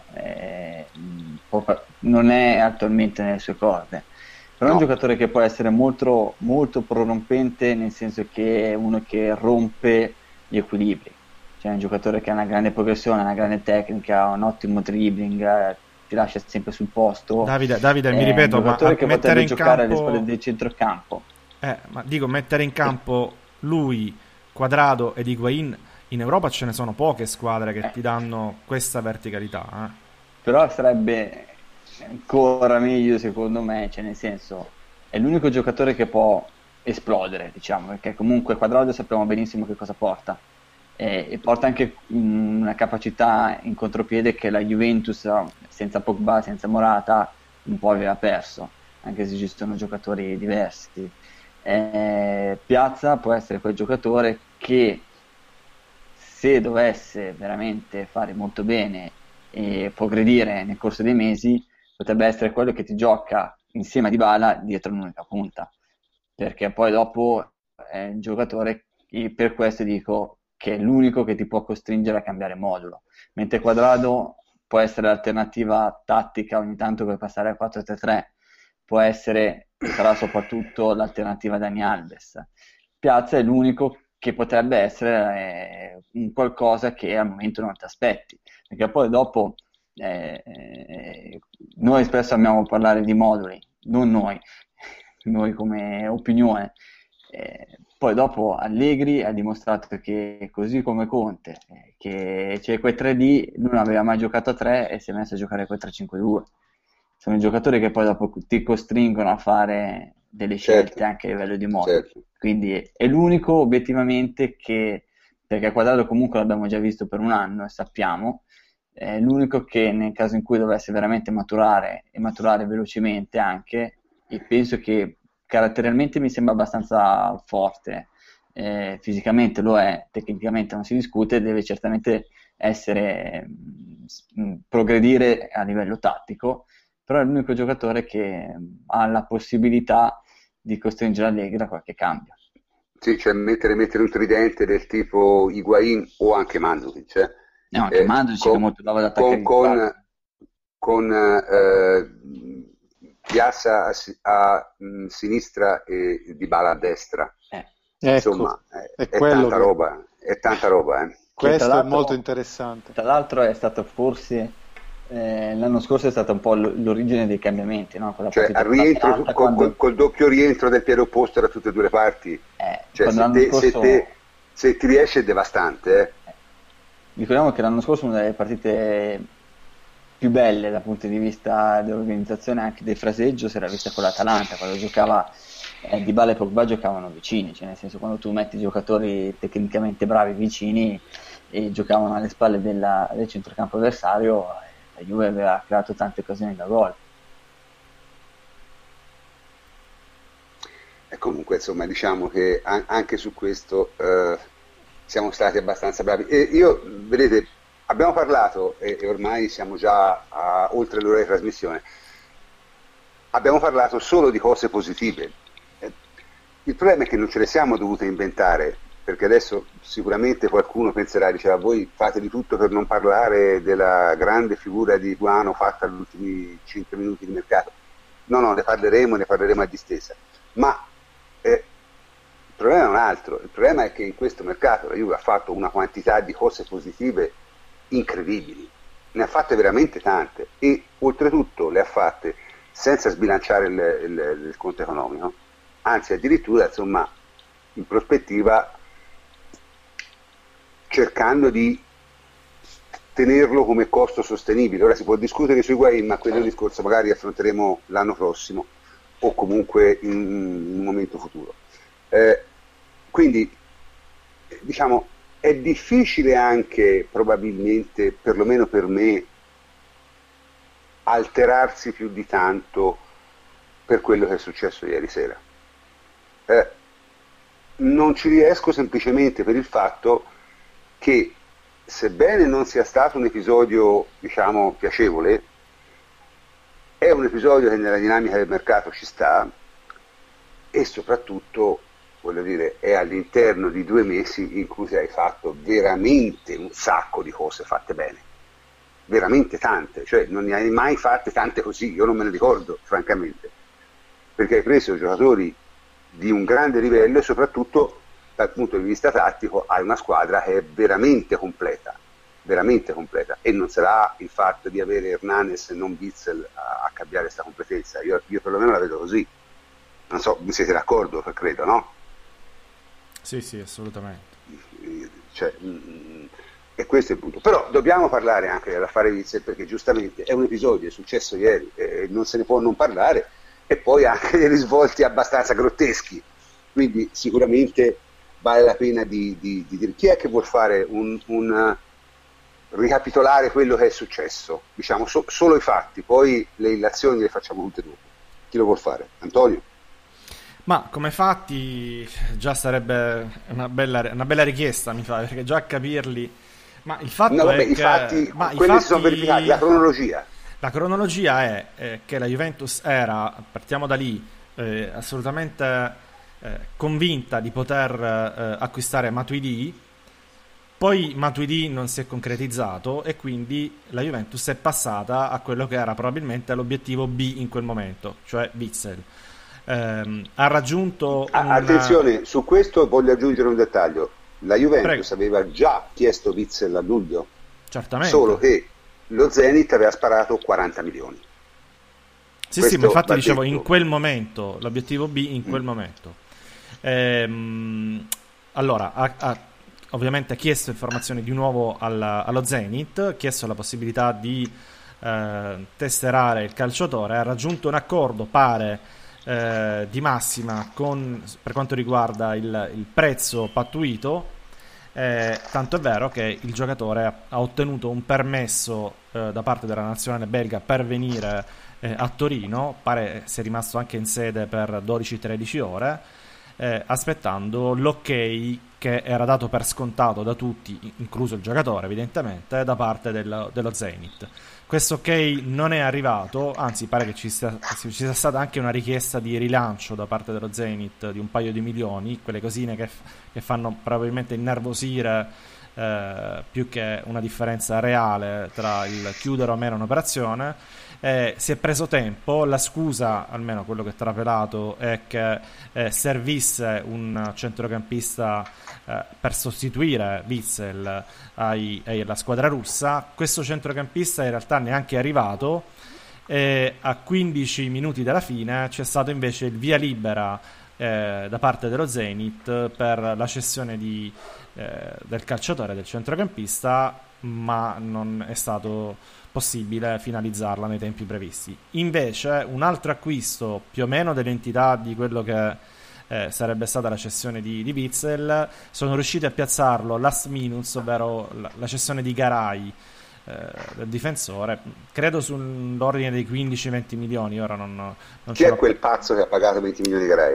non è attualmente nelle sue corde, però è un giocatore che può essere molto, molto prorompente, nel senso che è uno che rompe gli equilibri, cioè è un giocatore che ha una grande progressione, una grande tecnica, un ottimo dribbling, ti lascia sempre sul posto. Davide, mi ripeto, un giocatore che potrebbe giocare campo... alle spalle del centrocampo. Ma dico, mettere in campo lui, Quadrado ed Higuaín, in Europa ce ne sono poche squadre che ti danno questa verticalità. Però sarebbe ancora meglio secondo me, cioè nel senso, è l'unico giocatore che può esplodere, diciamo, perché comunque Quadrado sappiamo benissimo che cosa porta, e porta anche una capacità in contropiede che la Juventus senza Pogba, senza Morata un po' aveva perso, anche se ci sono giocatori diversi. Piazza può essere quel giocatore che, se dovesse veramente fare molto bene e progredire nel corso dei mesi, potrebbe essere quello che ti gioca insieme a Dybala dietro un'unica punta, perché poi dopo è un giocatore che, per questo dico che è l'unico che ti può costringere a cambiare modulo, mentre Quadrado può essere l'alternativa tattica ogni tanto per passare al 4-3-3, può essere, sarà soprattutto l'alternativa a Dani Alves. Piazza è l'unico che potrebbe essere un qualcosa che al momento non ti aspetti, perché poi dopo noi spesso amiamo parlare di moduli, non noi come opinione. Poi dopo Allegri ha dimostrato che così come Conte, che c'è quei 3D, non aveva mai giocato a 3 e si è messo a giocare quei 3-5-2. Sono i giocatori che poi dopo ti costringono a fare delle scelte anche a livello di modo. Quindi è l'unico obiettivamente che, perché Quadrado comunque l'abbiamo già visto per un anno e sappiamo, è l'unico che nel caso in cui dovesse veramente maturare e maturare velocemente anche, e penso che caratterialmente mi sembra abbastanza forte, fisicamente lo è, tecnicamente non si discute, deve certamente progredire a livello tattico, però è l'unico giocatore che ha la possibilità di costringere Allegri a qualche cambio. Sì, cioè mettere un tridente del tipo Higuain o anche Mandzukic. No, anche Mandzukic è molto bravo ad attaccare con Piazza a sinistra e Dybala a destra. Insomma, è tanta roba, è tanta roba. Questo è molto interessante. Tra l'altro è stato forse l'anno scorso è stata un po' l'origine dei cambiamenti, no? Cioè al rientro, col doppio rientro del piede opposto da tutte e due le parti, cioè, se ti riesce è devastante. Ricordiamo che l'anno scorso una delle partite più belle dal punto di vista dell'organizzazione anche del fraseggio si era vista con l'Atalanta, quando giocava Dybala e Pogba giocavano vicini, cioè nel senso quando tu metti giocatori tecnicamente bravi vicini e giocavano alle spalle del centrocampo avversario, la Juve aveva creato tante occasioni da gol. E comunque insomma diciamo che anche su questo siamo stati abbastanza bravi. E io, vedete, abbiamo parlato, e ormai siamo già a oltre l'ora di trasmissione, abbiamo parlato solo di cose positive. Il problema è che non ce le siamo dovute inventare, perché adesso sicuramente qualcuno penserà, diceva, voi fate di tutto per non parlare della grande figura di Higuain fatta negli ultimi 5 minuti di mercato. No, ne parleremo a distesa. Ma il problema è un altro, il problema è che in questo mercato la Juve ha fatto una quantità di cose positive incredibili, ne ha fatte veramente tante e oltretutto le ha fatte senza sbilanciare il conto economico, anzi addirittura insomma in prospettiva cercando di tenerlo come costo sostenibile. Ora si può discutere sui Higuain, ma quello discorso magari affronteremo l'anno prossimo o comunque in un momento futuro. Quindi diciamo è difficile anche probabilmente, perlomeno per me, alterarsi più di tanto per quello che è successo ieri sera. Non ci riesco semplicemente per il fatto che, sebbene non sia stato un episodio, diciamo, piacevole, è un episodio che nella dinamica del mercato ci sta e soprattutto, voglio dire, è all'interno di 2 mesi in cui hai fatto veramente un sacco di cose fatte bene, veramente tante, cioè non ne hai mai fatte tante così, io non me ne ricordo francamente, perché hai preso giocatori di un grande livello e soprattutto dal punto di vista tattico hai una squadra che è veramente completa e non sarà il fatto di avere Hernanes e non Witsel a cambiare questa completezza, io perlomeno la vedo così, non so, mi siete d'accordo, credo, no? Sì, assolutamente. Cioè, e questo è il punto. Però dobbiamo parlare anche dell'affare Witsel, perché giustamente è un episodio, è successo ieri, non se ne può non parlare, e poi anche dei risvolti abbastanza grotteschi, quindi sicuramente vale la pena di dire chi è che vuol fare un ricapitolare quello che è successo, diciamo solo i fatti, poi le illazioni le facciamo tutte dopo. Chi lo vuol fare? Antonio? Ma come fatti già sarebbe una bella richiesta, mi fa, perché già capirli. Ma il fatto è i fatti, quelli si sono verificati, la cronologia. La cronologia è che la Juventus era, partiamo da lì, assolutamente convinta di poter acquistare Matuidi, Poi Matuidi non si è concretizzato e quindi la Juventus è passata a quello che era probabilmente l'obiettivo B in quel momento, cioè Witsel. Ha raggiunto attenzione, su questo voglio aggiungere un dettaglio. La Juventus aveva già chiesto Witsel a luglio, certamente, solo che lo Zenit aveva sparato 40 milioni. Sì, ma infatti dicevo in quel momento, l'obiettivo B in quel momento. Allora, ovviamente ha chiesto informazioni di nuovo allo Zenit, ha chiesto la possibilità di tesserare il calciatore, ha raggiunto un accordo, pare, di massima per quanto riguarda il prezzo pattuito, tanto è vero che il giocatore ha ottenuto un permesso da parte della nazionale belga per venire a Torino, pare sia rimasto anche in sede per 12-13 ore, aspettando l'ok che era dato per scontato da tutti, incluso il giocatore evidentemente, da parte dello Zenit. Questo ok non è arrivato, anzi pare che ci sia stata anche una richiesta di rilancio da parte dello Zenit di un paio di milioni, quelle cosine che fanno probabilmente innervosire più che una differenza reale tra il chiudere o meno un'operazione. Si è preso tempo, la scusa, almeno quello che è trapelato, è che servisse un centrocampista per sostituire Witsel alla squadra russa. Questo centrocampista in realtà neanche è arrivato, e a 15 minuti dalla fine c'è stato invece il via libera da parte dello Zenit per la cessione del calciatore, del centrocampista, ma non è stato possibile finalizzarla nei tempi previsti. Invece un altro acquisto più o meno dell'entità di quello che sarebbe stata la cessione di Witsel, sono riusciti a piazzarlo last minute, ovvero la cessione di Garay, del difensore, credo sull'ordine dei 15-20 milioni. Ora non chi è quel pazzo che ha pagato 20 milioni di Garay?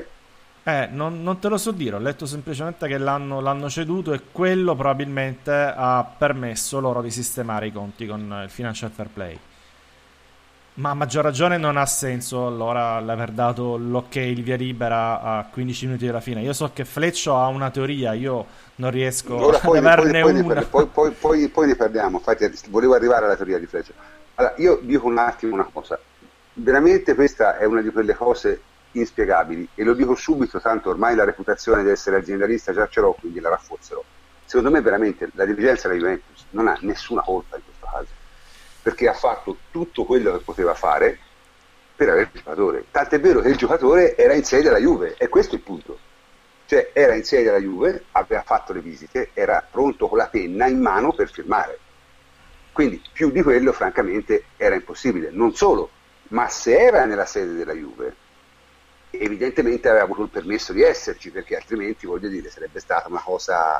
Non te lo so dire, ho letto semplicemente che l'hanno ceduto e quello probabilmente ha permesso loro di sistemare i conti con il Financial Fair Play. Ma a maggior ragione non ha senso allora l'aver dato l'ok, il via libera a 15 minuti dalla fine. Io so che Fleccio ha una teoria, io non riesco ad averne una. Poi ne parliamo, infatti volevo arrivare alla teoria di Fleccio. Allora, io dico un attimo una cosa, veramente questa è una di quelle cose inspiegabili, e lo dico subito, tanto ormai la reputazione di essere aziendalista già ce l'ho, quindi la rafforzerò. Secondo me veramente la dirigenza della Juventus non ha nessuna colpa in questo caso, perché ha fatto tutto quello che poteva fare per avere il giocatore, tant'è vero che il giocatore era in sede alla Juve, e questo è il punto, cioè era in sede alla Juve, aveva fatto le visite, era pronto con la penna in mano per firmare, quindi più di quello francamente era impossibile. Non solo, ma se era nella sede della Juve evidentemente aveva avuto il permesso di esserci, perché altrimenti, voglio dire, sarebbe stata una cosa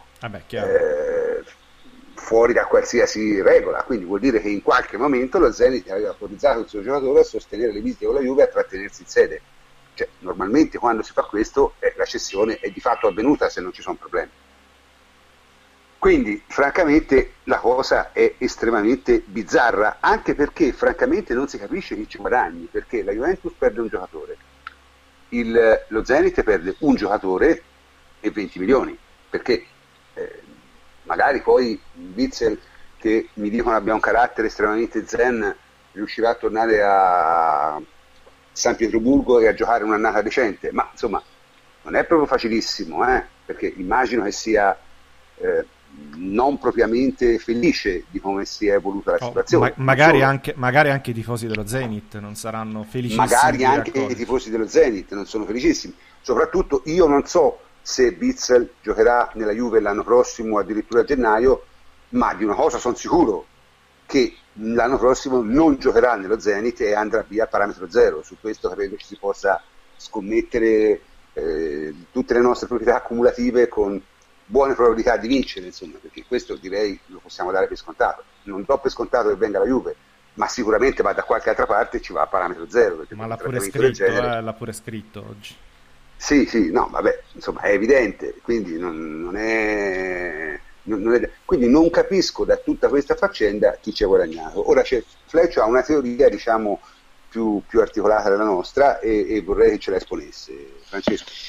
fuori da qualsiasi regola. Quindi vuol dire che in qualche momento lo Zenit aveva autorizzato il suo giocatore a sostenere le visite con la Juve e a trattenersi in sede. Cioè, normalmente quando si fa questo la cessione è di fatto avvenuta se non ci sono problemi. Quindi francamente la cosa è estremamente bizzarra, anche perché francamente non si capisce chi ci guadagni, perché la Juventus perde un giocatore, lo Zenit perde un giocatore e 20 milioni, perché magari poi Witsel, che mi dicono abbia un carattere estremamente zen, riuscirà a tornare a San Pietroburgo e a giocare un'annata decente, ma insomma non è proprio facilissimo, perché immagino che sia non propriamente felice di come si è evoluta la situazione. Magari anche i tifosi dello Zenit non saranno felicissimi. Magari anche i tifosi dello Zenit non sono felicissimi. Soprattutto io non so se Witsel giocherà nella Juve l'anno prossimo, addirittura a gennaio, ma di una cosa sono sicuro, che l'anno prossimo non giocherà nello Zenit e andrà via a parametro zero. Su questo credo ci si possa scommettere tutte le nostre proprietà accumulative con buone probabilità di vincere, insomma, perché questo direi lo possiamo dare per scontato. Non do per scontato che venga la Juve, ma sicuramente va da qualche altra parte e ci va a parametro zero. Ma l'ha pure scritto oggi. Sì, no, vabbè, insomma, è evidente, quindi quindi non capisco da tutta questa faccenda chi ci ha guadagnato. Ora Fleccio ha una teoria, diciamo, più articolata della nostra, e vorrei che ce la esponesse. Francesco.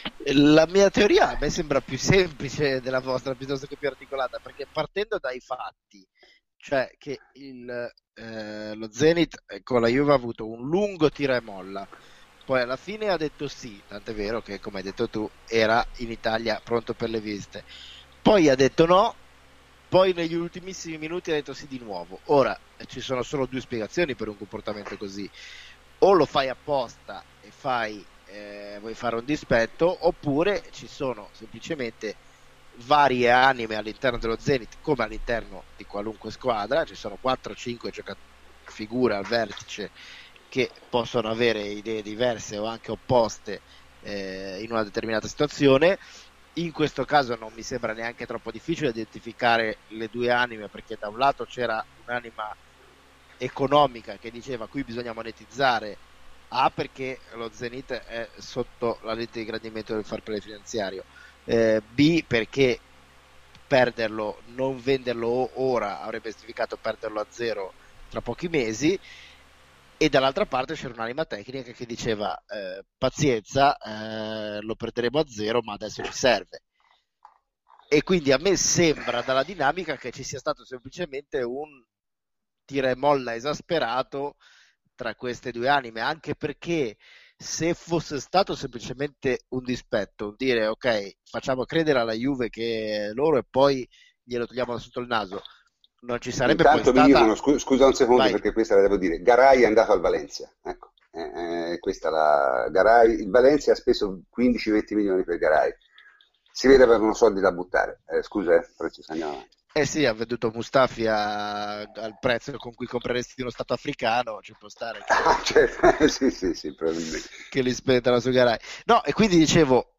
La mia teoria a me sembra più semplice della vostra piuttosto che più articolata, perché partendo dai fatti, cioè che lo Zenit con la Juve ha avuto un lungo tira e molla, poi alla fine ha detto sì, tant'è vero che come hai detto tu era in Italia pronto per le visite, poi ha detto no, poi negli ultimissimi minuti ha detto sì di nuovo. Ora ci sono solo due spiegazioni per un comportamento così: o lo fai apposta e vuoi fare un dispetto, oppure ci sono semplicemente varie anime all'interno dello Zenit come all'interno di qualunque squadra, ci sono 4-5 figure al vertice che possono avere idee diverse o anche opposte in una determinata situazione. In questo caso non mi sembra neanche troppo difficile identificare le due anime, perché da un lato c'era un'anima economica che diceva qui bisogna monetizzare, perché lo Zenit è sotto la lente di ingrandimento del fair play finanziario, B perché perderlo, non venderlo ora avrebbe significato perderlo a zero tra pochi mesi, e dall'altra parte c'era un'anima tecnica che diceva pazienza, lo perderemo a zero ma adesso ci serve. E quindi a me sembra dalla dinamica che ci sia stato semplicemente un tira e molla esasperato tra queste due anime, anche perché se fosse stato semplicemente un dispetto, dire ok, facciamo credere alla Juve che è loro e poi glielo togliamo da sotto il naso, non ci sarebbe Intanto poi mi stata... dicono, scusa un secondo, Vai. perché questa la devo dire, Garay è andato al Valencia, ecco, Garay, il Valencia ha speso 15-20 milioni per Garay, si vede che avevano soldi da buttare. Scusa, Francesco, andiamo avanti. Sì, ha venduto Mustafi al prezzo con cui compreresti uno stato africano, ci può stare che, Certo. Sì, probabilmente. che li spendano su Garay. No, e quindi dicevo,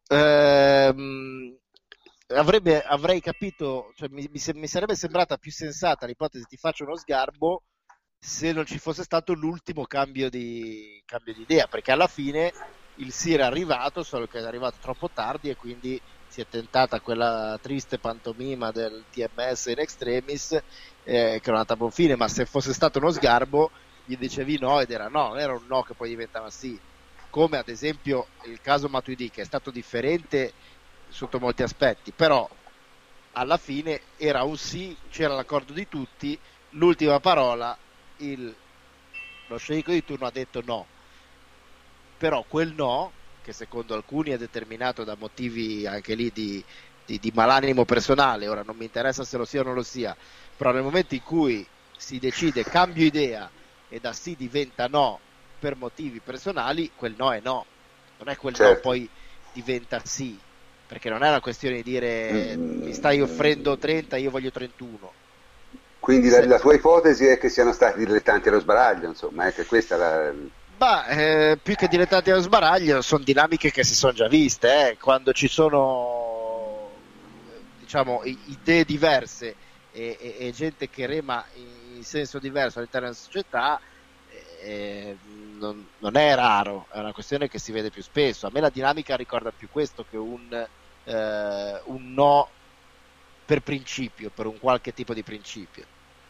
avrei capito, cioè mi sarebbe sembrata più sensata l'ipotesi ti faccio uno sgarbo se non ci fosse stato l'ultimo cambio di idea, perché alla fine il sì era arrivato, solo che è arrivato troppo tardi e quindi si è tentata quella triste pantomima del TMS in extremis che è andata a buon fine, ma se fosse stato uno sgarbo gli dicevi no ed era no, non era un no che poi diventava sì, come ad esempio il caso Matuidi, che è stato differente sotto molti aspetti, però alla fine era un sì, c'era l'accordo di tutti, l'ultima parola lo sceicco di turno ha detto no, però quel no, che secondo alcuni è determinato da motivi anche lì di malanimo personale, ora non mi interessa se lo sia o non lo sia, però nel momento in cui si decide cambio idea e da sì diventa no per motivi personali, quel no è no, non è quel Certo. no poi diventa sì, perché non è una questione di dire mi stai offrendo 30, io voglio 31. Quindi la tua ipotesi è che siano stati dilettanti allo sbaraglio, insomma, è che questa più che dilettanti allo sbaraglio sono dinamiche che si sono già viste, quando ci sono diciamo idee diverse e gente che rema in senso diverso all'interno della società, non è raro, è una questione che si vede più spesso. A me la dinamica ricorda più questo che un no per principio, per un qualche tipo di principio.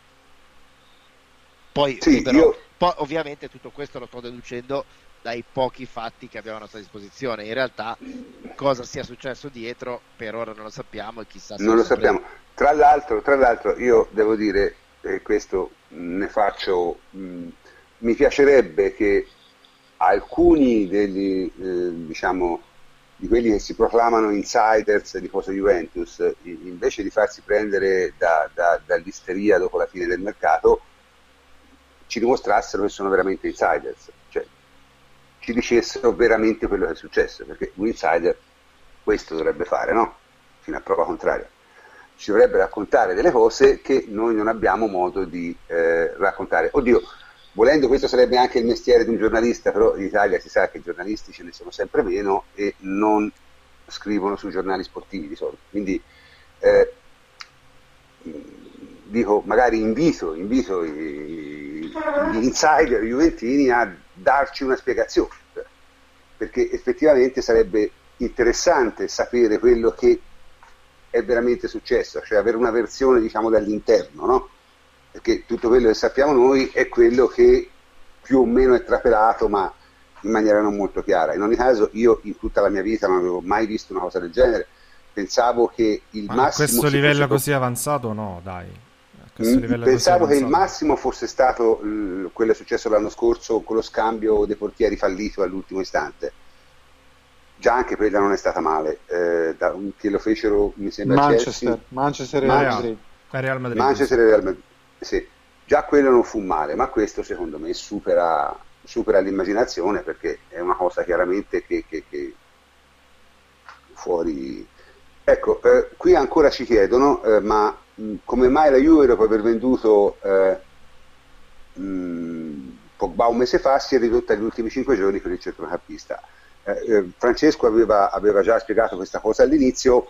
Poi, sì, poi ovviamente tutto questo lo sto deducendo dai pochi fatti che abbiamo a nostra disposizione. In realtà cosa sia successo dietro per ora non lo sappiamo e chissà se non lo sappiamo. Tra l'altro io devo dire, questo ne faccio, mi piacerebbe che alcuni degli diciamo di quelli che si proclamano insiders di Foso Juventus, invece di farsi prendere dall'isteria dopo la fine del mercato, ci dimostrassero che sono veramente insiders, cioè ci dicessero veramente quello che è successo, perché un insider questo dovrebbe fare, no? Fino a prova contraria. Ci dovrebbe raccontare delle cose che noi non abbiamo modo di raccontare. Oddio, volendo questo sarebbe anche il mestiere di un giornalista, però in Italia si sa che i giornalisti ce ne sono sempre meno e non scrivono sui giornali sportivi di solito. Quindi dico, magari invito gli insider juventini a darci una spiegazione, perché effettivamente sarebbe interessante sapere quello che è veramente successo, cioè avere una versione diciamo dall'interno, no? Perché tutto quello che sappiamo noi è quello che più o meno è trapelato, ma in maniera non molto chiara. In ogni caso, io in tutta la mia vita non avevo mai visto una cosa del genere. Pensavo che il Ma massimo... a questo livello così avanzato no, dai. Pensavo che il massimo fosse stato quello successo l'anno scorso con lo scambio dei portieri fallito all'ultimo istante. Già anche quella non è stata male, che lo fecero, mi sembra, Manchester e Real Madrid. Manchester e Real Madrid, sì. Già quello non fu male, ma questo secondo me supera l'immaginazione, perché è una cosa chiaramente che fuori... Ecco, qui ancora ci chiedono, ma come mai la Juve, dopo aver venduto Pogba un mese fa, si è ridotta agli ultimi 5 giorni per il centrocampista? Francesco aveva già spiegato questa cosa all'inizio,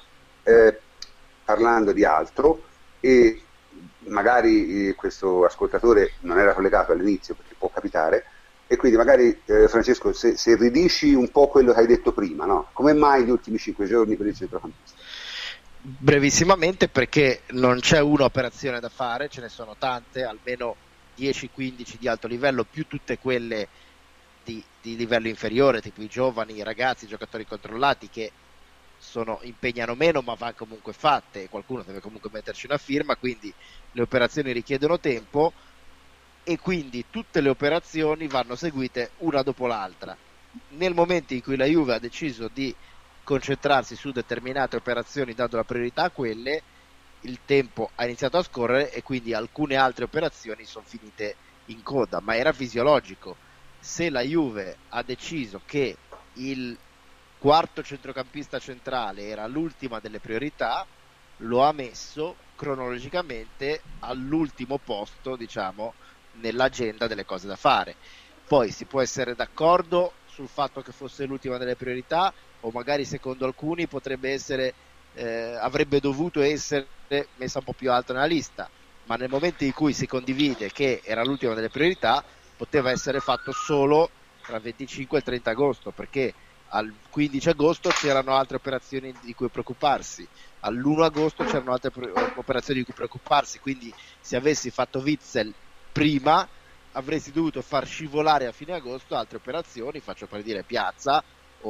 parlando di altro, e magari questo ascoltatore non era collegato all'inizio, perché può capitare, e quindi magari Francesco, se ridici un po' quello che hai detto prima, no? Come mai gli ultimi 5 giorni per il centrocampista? Brevissimamente, perché non c'è una operazione da fare, ce ne sono tante, almeno 10-15 di alto livello, più tutte quelle di livello inferiore, tipo i giovani, i ragazzi, i giocatori controllati, che impegnano meno ma vanno comunque fatte, e qualcuno deve comunque metterci una firma, quindi le operazioni richiedono tempo, e quindi tutte le operazioni vanno seguite una dopo l'altra. Nel momento in cui la Juve ha deciso di concentrarsi su determinate operazioni dando la priorità a quelle, il tempo ha iniziato a scorrere e quindi alcune altre operazioni sono finite in coda, ma era fisiologico. Se la Juve ha deciso che il quarto centrocampista centrale era l'ultima delle priorità, lo ha messo cronologicamente all'ultimo posto, diciamo, nell'agenda delle cose da fare. Poi si può essere d'accordo sul fatto che fosse l'ultima delle priorità, o magari secondo alcuni potrebbe essere avrebbe dovuto essere messa un po' più alto nella lista, ma nel momento in cui si condivide che era l'ultima delle priorità, poteva essere fatto solo tra il 25 e il 30 agosto, perché al 15 agosto c'erano altre operazioni di cui preoccuparsi, all'1 agosto c'erano altre operazioni di cui preoccuparsi, quindi se avessi fatto Witsel prima avresti dovuto far scivolare a fine agosto altre operazioni, faccio per dire Piazza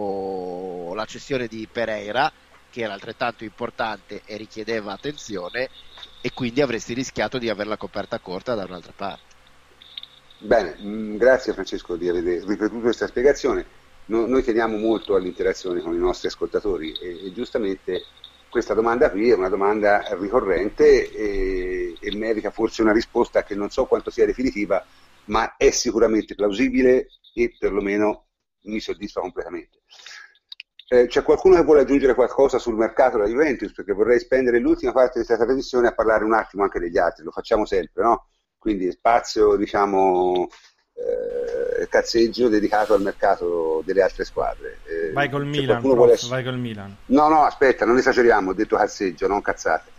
o la cessione di Pereira, che era altrettanto importante e richiedeva attenzione, e quindi avresti rischiato di averla coperta corta da un'altra parte. Bene, grazie Francesco di aver ripetuto questa spiegazione. Noi teniamo molto all'interazione con i nostri ascoltatori e giustamente questa domanda qui è una domanda ricorrente e merita forse una risposta che non so quanto sia definitiva, ma è sicuramente plausibile e perlomeno mi soddisfa completamente. C'è qualcuno che vuole aggiungere qualcosa sul mercato della Juventus? Perché vorrei spendere l'ultima parte di questa trasmissione a parlare un attimo anche degli altri, lo facciamo sempre, no? Quindi spazio, diciamo, cazzeggio dedicato al mercato delle altre squadre. Vai col Milan, vai col Milan. No, aspetta, non esageriamo, ho detto cazzeggio, non cazzate.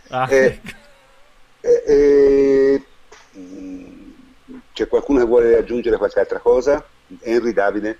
C'è qualcuno che vuole aggiungere qualche altra cosa? Henry, Davide?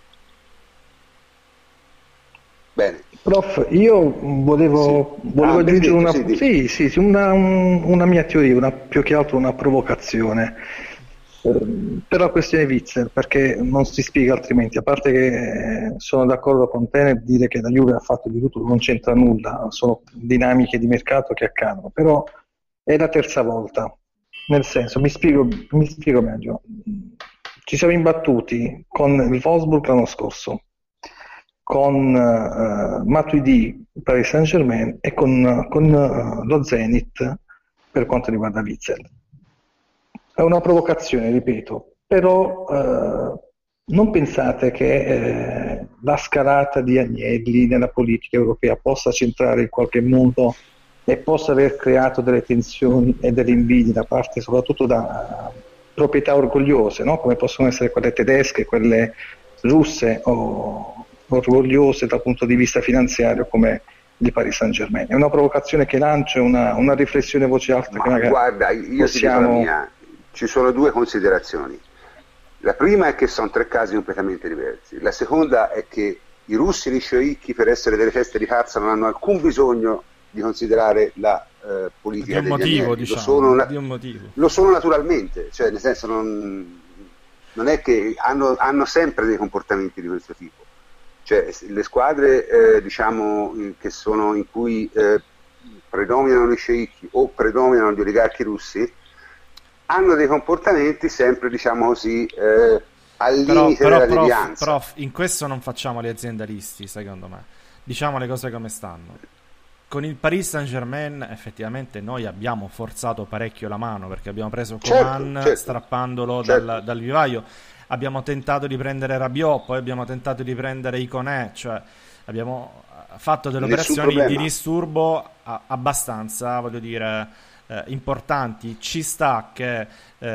Bene. Prof, io volevo aggiungere una mia teoria, più che altro una provocazione per la questione Witsel, perché non si spiega altrimenti, a parte che sono d'accordo con te nel dire che la Juve ha fatto di tutto, non c'entra nulla, sono dinamiche di mercato che accadono, però è la terza volta, nel senso, mi spiego meglio, ci siamo imbattuti con il Wolfsburg l'anno scorso, con Matuidi Paris Saint-Germain e con lo Zenit per quanto riguarda Witsel. È una provocazione, ripeto, però non pensate che la scalata di Agnelli nella politica europea possa centrare in qualche modo e possa aver creato delle tensioni e delle invidie da parte soprattutto da proprietà orgogliose, no? Come possono essere quelle tedesche, quelle russe o orgogliose dal punto di vista finanziario come di Paris Saint-Germain. È una provocazione che lancio, una riflessione a voce alta. Ma che guarda, io ti dico la mia, ci sono due considerazioni. La prima è che sono tre casi completamente diversi. La seconda è che i russi e gli sceicchi, per essere delle teste di cazzo, non hanno alcun bisogno di considerare la politica di un motivo, diciamo, lo sono naturalmente, cioè nel senso non è che hanno sempre dei comportamenti di questo tipo. Cioè, le squadre diciamo che sono in cui predominano gli sceicchi o predominano gli oligarchi russi hanno dei comportamenti sempre, diciamo così, al limite della devianza. Però in questo non facciamo gli aziendalisti, secondo me. Diciamo le cose come stanno. Con il Paris Saint-Germain effettivamente noi abbiamo forzato parecchio la mano, perché abbiamo preso Coman strappandolo dal vivaio, abbiamo tentato di prendere Rabiot, poi abbiamo tentato di prendere Iconé, cioè abbiamo fatto delle operazioni di disturbo abbastanza, voglio dire, importanti. Ci sta che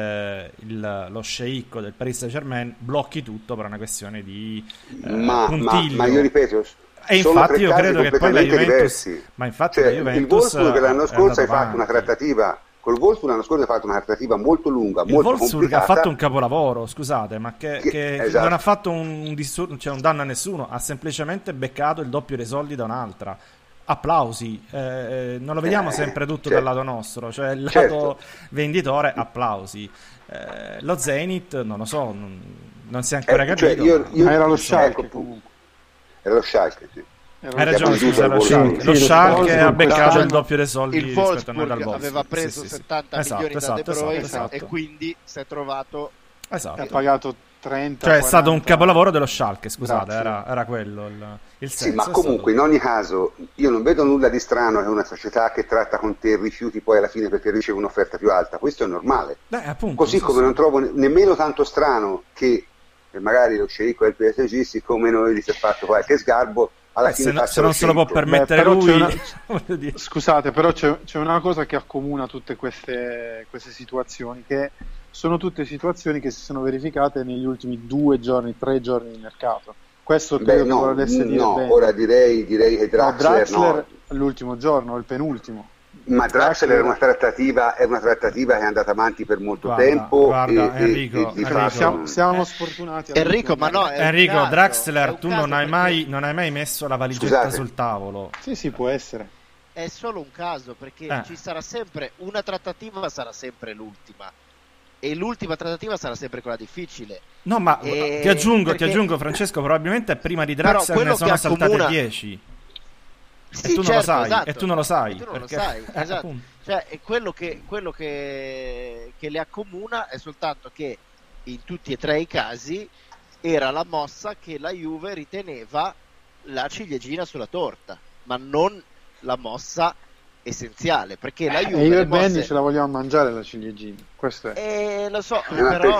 lo sceicco del Paris Saint-Germain blocchi tutto per una questione di puntiglio. Ma io ripeto, e infatti io credo che poi la Juventus diversi. Ma infatti la Juventus il Wolfsburg l'anno scorso hai fatto una trattativa col Wolfsburg, l'anno scorso hai fatto una trattativa molto lunga, il molto Wolfsburg complicata. ha fatto un capolavoro, scusate, ma che esatto. non ha fatto un danno a nessuno, ha semplicemente beccato il doppio dei soldi da un'altra. Applausi, non lo vediamo sempre tutto dal lato nostro, cioè il lato venditore, applausi. Lo Zenit non lo so, non si è ancora capito. Ma era lo Schalke comunque. Era lo Schalke, sì. Hai ragione, scusa, lo Schalke ha beccato il doppio dei soldi rispetto a noi dal Wolfsburg. Aveva preso 70 milioni da De Bruyne e quindi si è trovato ha pagato 30, cioè 40. è stato un capolavoro dello Schalke, scusate, era quello il senso. Sì, ma comunque in ogni caso io non vedo nulla di strano che una società che tratta con te rifiuti poi alla fine perché riceve un'offerta più alta, questo è normale. Appunto, così come non trovo nemmeno tanto strano che magari lo sceicco del PSG, siccome noi gli si è fatto qualche sgarbo, alla fine se non se lo può permettere lui. Scusate, però c'è una cosa che accomuna tutte queste situazioni, che sono tutte situazioni che si sono verificate negli ultimi 2 giorni, 3 giorni di mercato. Questo credo che volesse dire bene. Ora direi che Draxler l'ultimo giorno, il penultimo. Ma Draxler è una trattativa che è andata avanti per molto tempo. Guarda, Enrico, siamo sfortunati. Enrico, ma no, Enrico, Draxler, tu non hai mai messo la valigetta sul tavolo. Sì, può essere. È solo un caso, perché ci sarà sempre una trattativa, sarà sempre l'ultima. E l'ultima trattativa sarà sempre quella difficile. No, ma ti aggiungo, Francesco, probabilmente prima di Draxler ne sono saltate 10. Sì, e tu non lo sai, esatto. E tu non lo sai, tu non perché... lo sai, esatto. Cioè, è quello che le accomuna è soltanto che in tutti e 3 i casi era la mossa che la Juve riteneva la ciliegina sulla torta, ma non la mossa essenziale, perché la Juve io e Benny ce la vogliamo mangiare la ciliegina, questo è. Lo so, però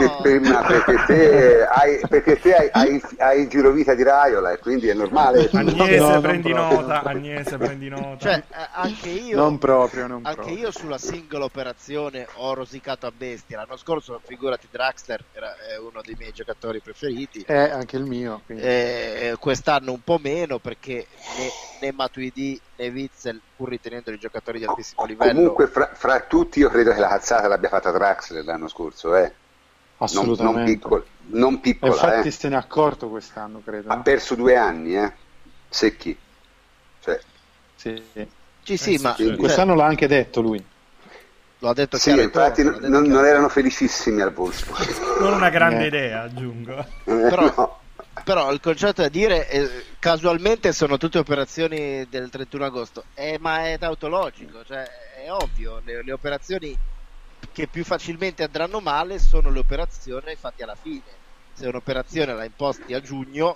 perché te hai il girovita di Raiola e quindi è normale. Agnese, prendi nota. Cioè, anche io non proprio. Io sulla singola operazione ho rosicato a bestia. L'anno scorso, figurati, Draxler è uno dei miei giocatori preferiti. È anche il mio. Quest'anno un po' meno, perché né Matuidi né Witzel, pur ritenendo i giocatori di altissimo livello. Comunque fra tutti io credo che la cazzata l'abbia fatta Draxler l'anno scorso, assolutamente non piccola. Infatti se ne è accorto quest'anno, credo. Ha perso 2 anni, secchi. Cioè. Sì, ma quest'anno l'ha anche detto lui. Lo ha detto sì, infatti non erano felicissimi al Wolfsburg. Non una grande idea, aggiungo. Però il concetto da dire casualmente sono tutte operazioni del 31 agosto, ma è tautologico, cioè è ovvio, le operazioni che più facilmente andranno male sono le operazioni fatte alla fine. Se un'operazione la imposti a giugno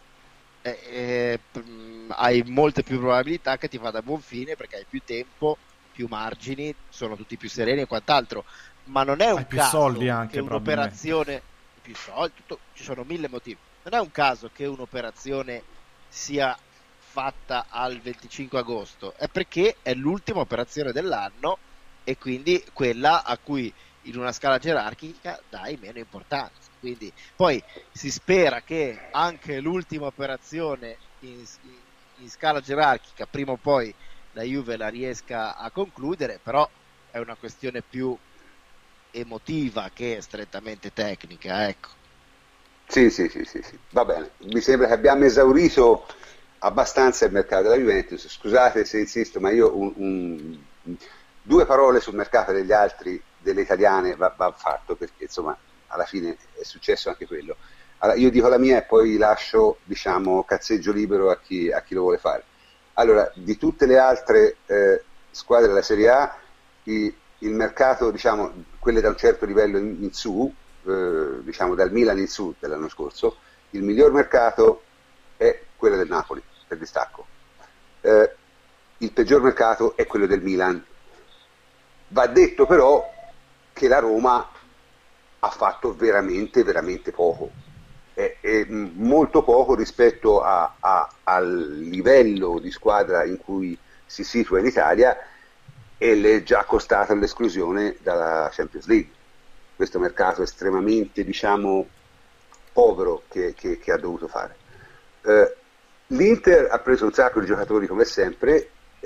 hai molte più probabilità che ti vada a buon fine, perché hai più tempo, più margini, sono tutti più sereni e quant'altro, ma non è un più caso soldi anche, che un'operazione più soldi, ci sono 1000 motivi. Non è un caso che un'operazione sia fatta al 25 agosto, è perché è l'ultima operazione dell'anno e quindi quella a cui in una scala gerarchica dai meno importanza. Quindi poi si spera che anche l'ultima operazione in scala gerarchica prima o poi la Juve la riesca a concludere, però è una questione più emotiva che strettamente tecnica, ecco. Sì, va bene. Mi sembra che abbiamo esaurito abbastanza il mercato della Juventus. Scusate se insisto, ma io 2 parole sul mercato delle italiane va fatto, perché insomma alla fine è successo anche quello. Allora, io dico la mia e poi lascio, diciamo, cazzeggio libero a chi lo vuole fare. Allora, di tutte le altre squadre della Serie A, il mercato, diciamo, quelle da un certo livello in su, diciamo dal Milan in su dell'anno scorso, il miglior mercato è quello del Napoli, per distacco. Il peggior mercato è quello del Milan. Va detto però che la Roma ha fatto veramente, veramente poco. È molto poco rispetto al livello di squadra in cui si situa in Italia, e le è già costata l'esclusione dalla Champions League. Questo mercato estremamente, diciamo, povero che ha dovuto fare. L'Inter ha preso un sacco di giocatori come sempre,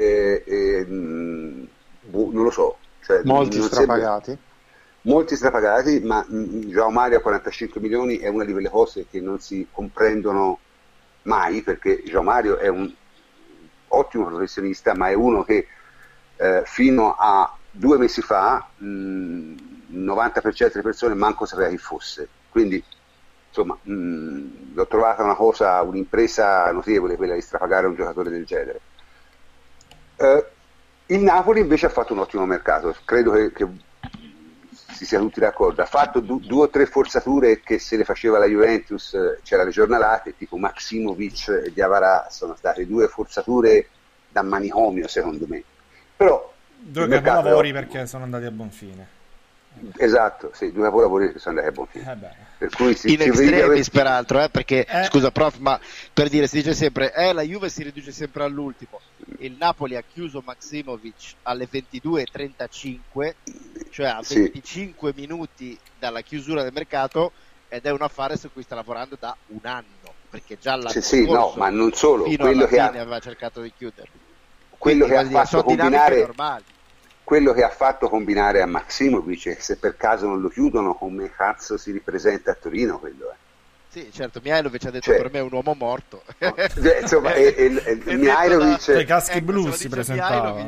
non lo so, cioè, molti strapagati. Molti strapagati, ma João Mario a 45 milioni è una di quelle cose che non si comprendono mai, perché João Mario è un ottimo professionista, ma è uno che fino a 2 mesi fa il 90% delle persone manco sapeva chi fosse, quindi insomma l'ho trovata un'impresa notevole quella di strapagare un giocatore del genere. Il Napoli invece ha fatto un ottimo mercato, credo che si sia tutti d'accordo. Ha fatto 2 o 3 forzature che se le faceva la Juventus c'era le giornalate, tipo Maximovic e Diawara, sono state 2 forzature da manicomio secondo me, però 2 capolavori perché sono andati a buon fine. Esatto, sì, 2 capolavori che sono andati a buon fine. Per cui in extremis peraltro, perché scusa prof, ma per dire, si dice sempre la Juve si riduce sempre all'ultimo. Il Napoli ha chiuso Maximovic alle 22:35, cioè a 25 minuti dalla chiusura del mercato, ed è un affare su cui sta lavorando da un anno, perché già l'anno scorso, no, ma non solo, fino alla fine aveva cercato di chiuderlo. Quello che ha fatto combinare, quello che ha fatto combinare a Maximovic, e se per caso non lo chiudono, come cazzo si ripresenta a Torino, quello è. Sì, certo, Mihajlovic ha detto, per me è un uomo morto. Insomma, Mihajlovic... I caschi blu si presentava.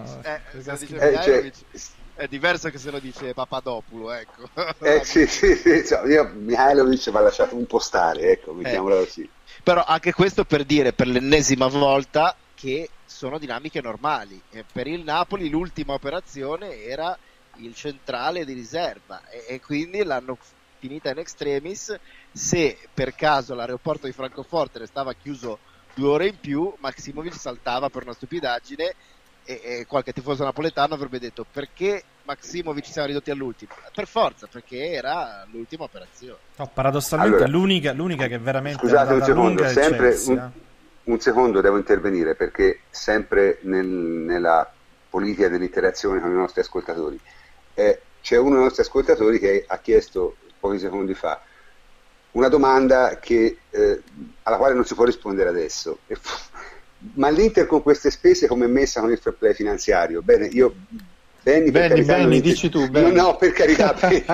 È diverso che se lo dice Papadopoulou, ecco. Sì, io Mihajlovic mi ha lasciato un po' stare, ecco, mettiamola così. Però anche questo per dire, per l'ennesima volta, che sono dinamiche normali. E per il Napoli l'ultima operazione era il centrale di riserva, e quindi l'hanno finita in extremis. Se per caso l'aeroporto di Francoforte restava chiuso 2 ore in più, Maximovic saltava per una stupidaggine, e qualche tifoso napoletano avrebbe detto: perché Maximovic siamo ridotti all'ultimo? Per forza, perché era l'ultima operazione. No, paradossalmente allora, l'unica che veramente scusate è andata un secondo, lunga sempre un secondo devo intervenire, perché sempre nella politica dell'interazione con i nostri ascoltatori c'è uno dei nostri ascoltatori che ha chiesto pochi secondi fa una domanda alla quale non si può rispondere adesso. Ma l'Inter con queste spese come è messa con il fair play finanziario? Bene, io Benny, dici tu. Benny. No, per carità,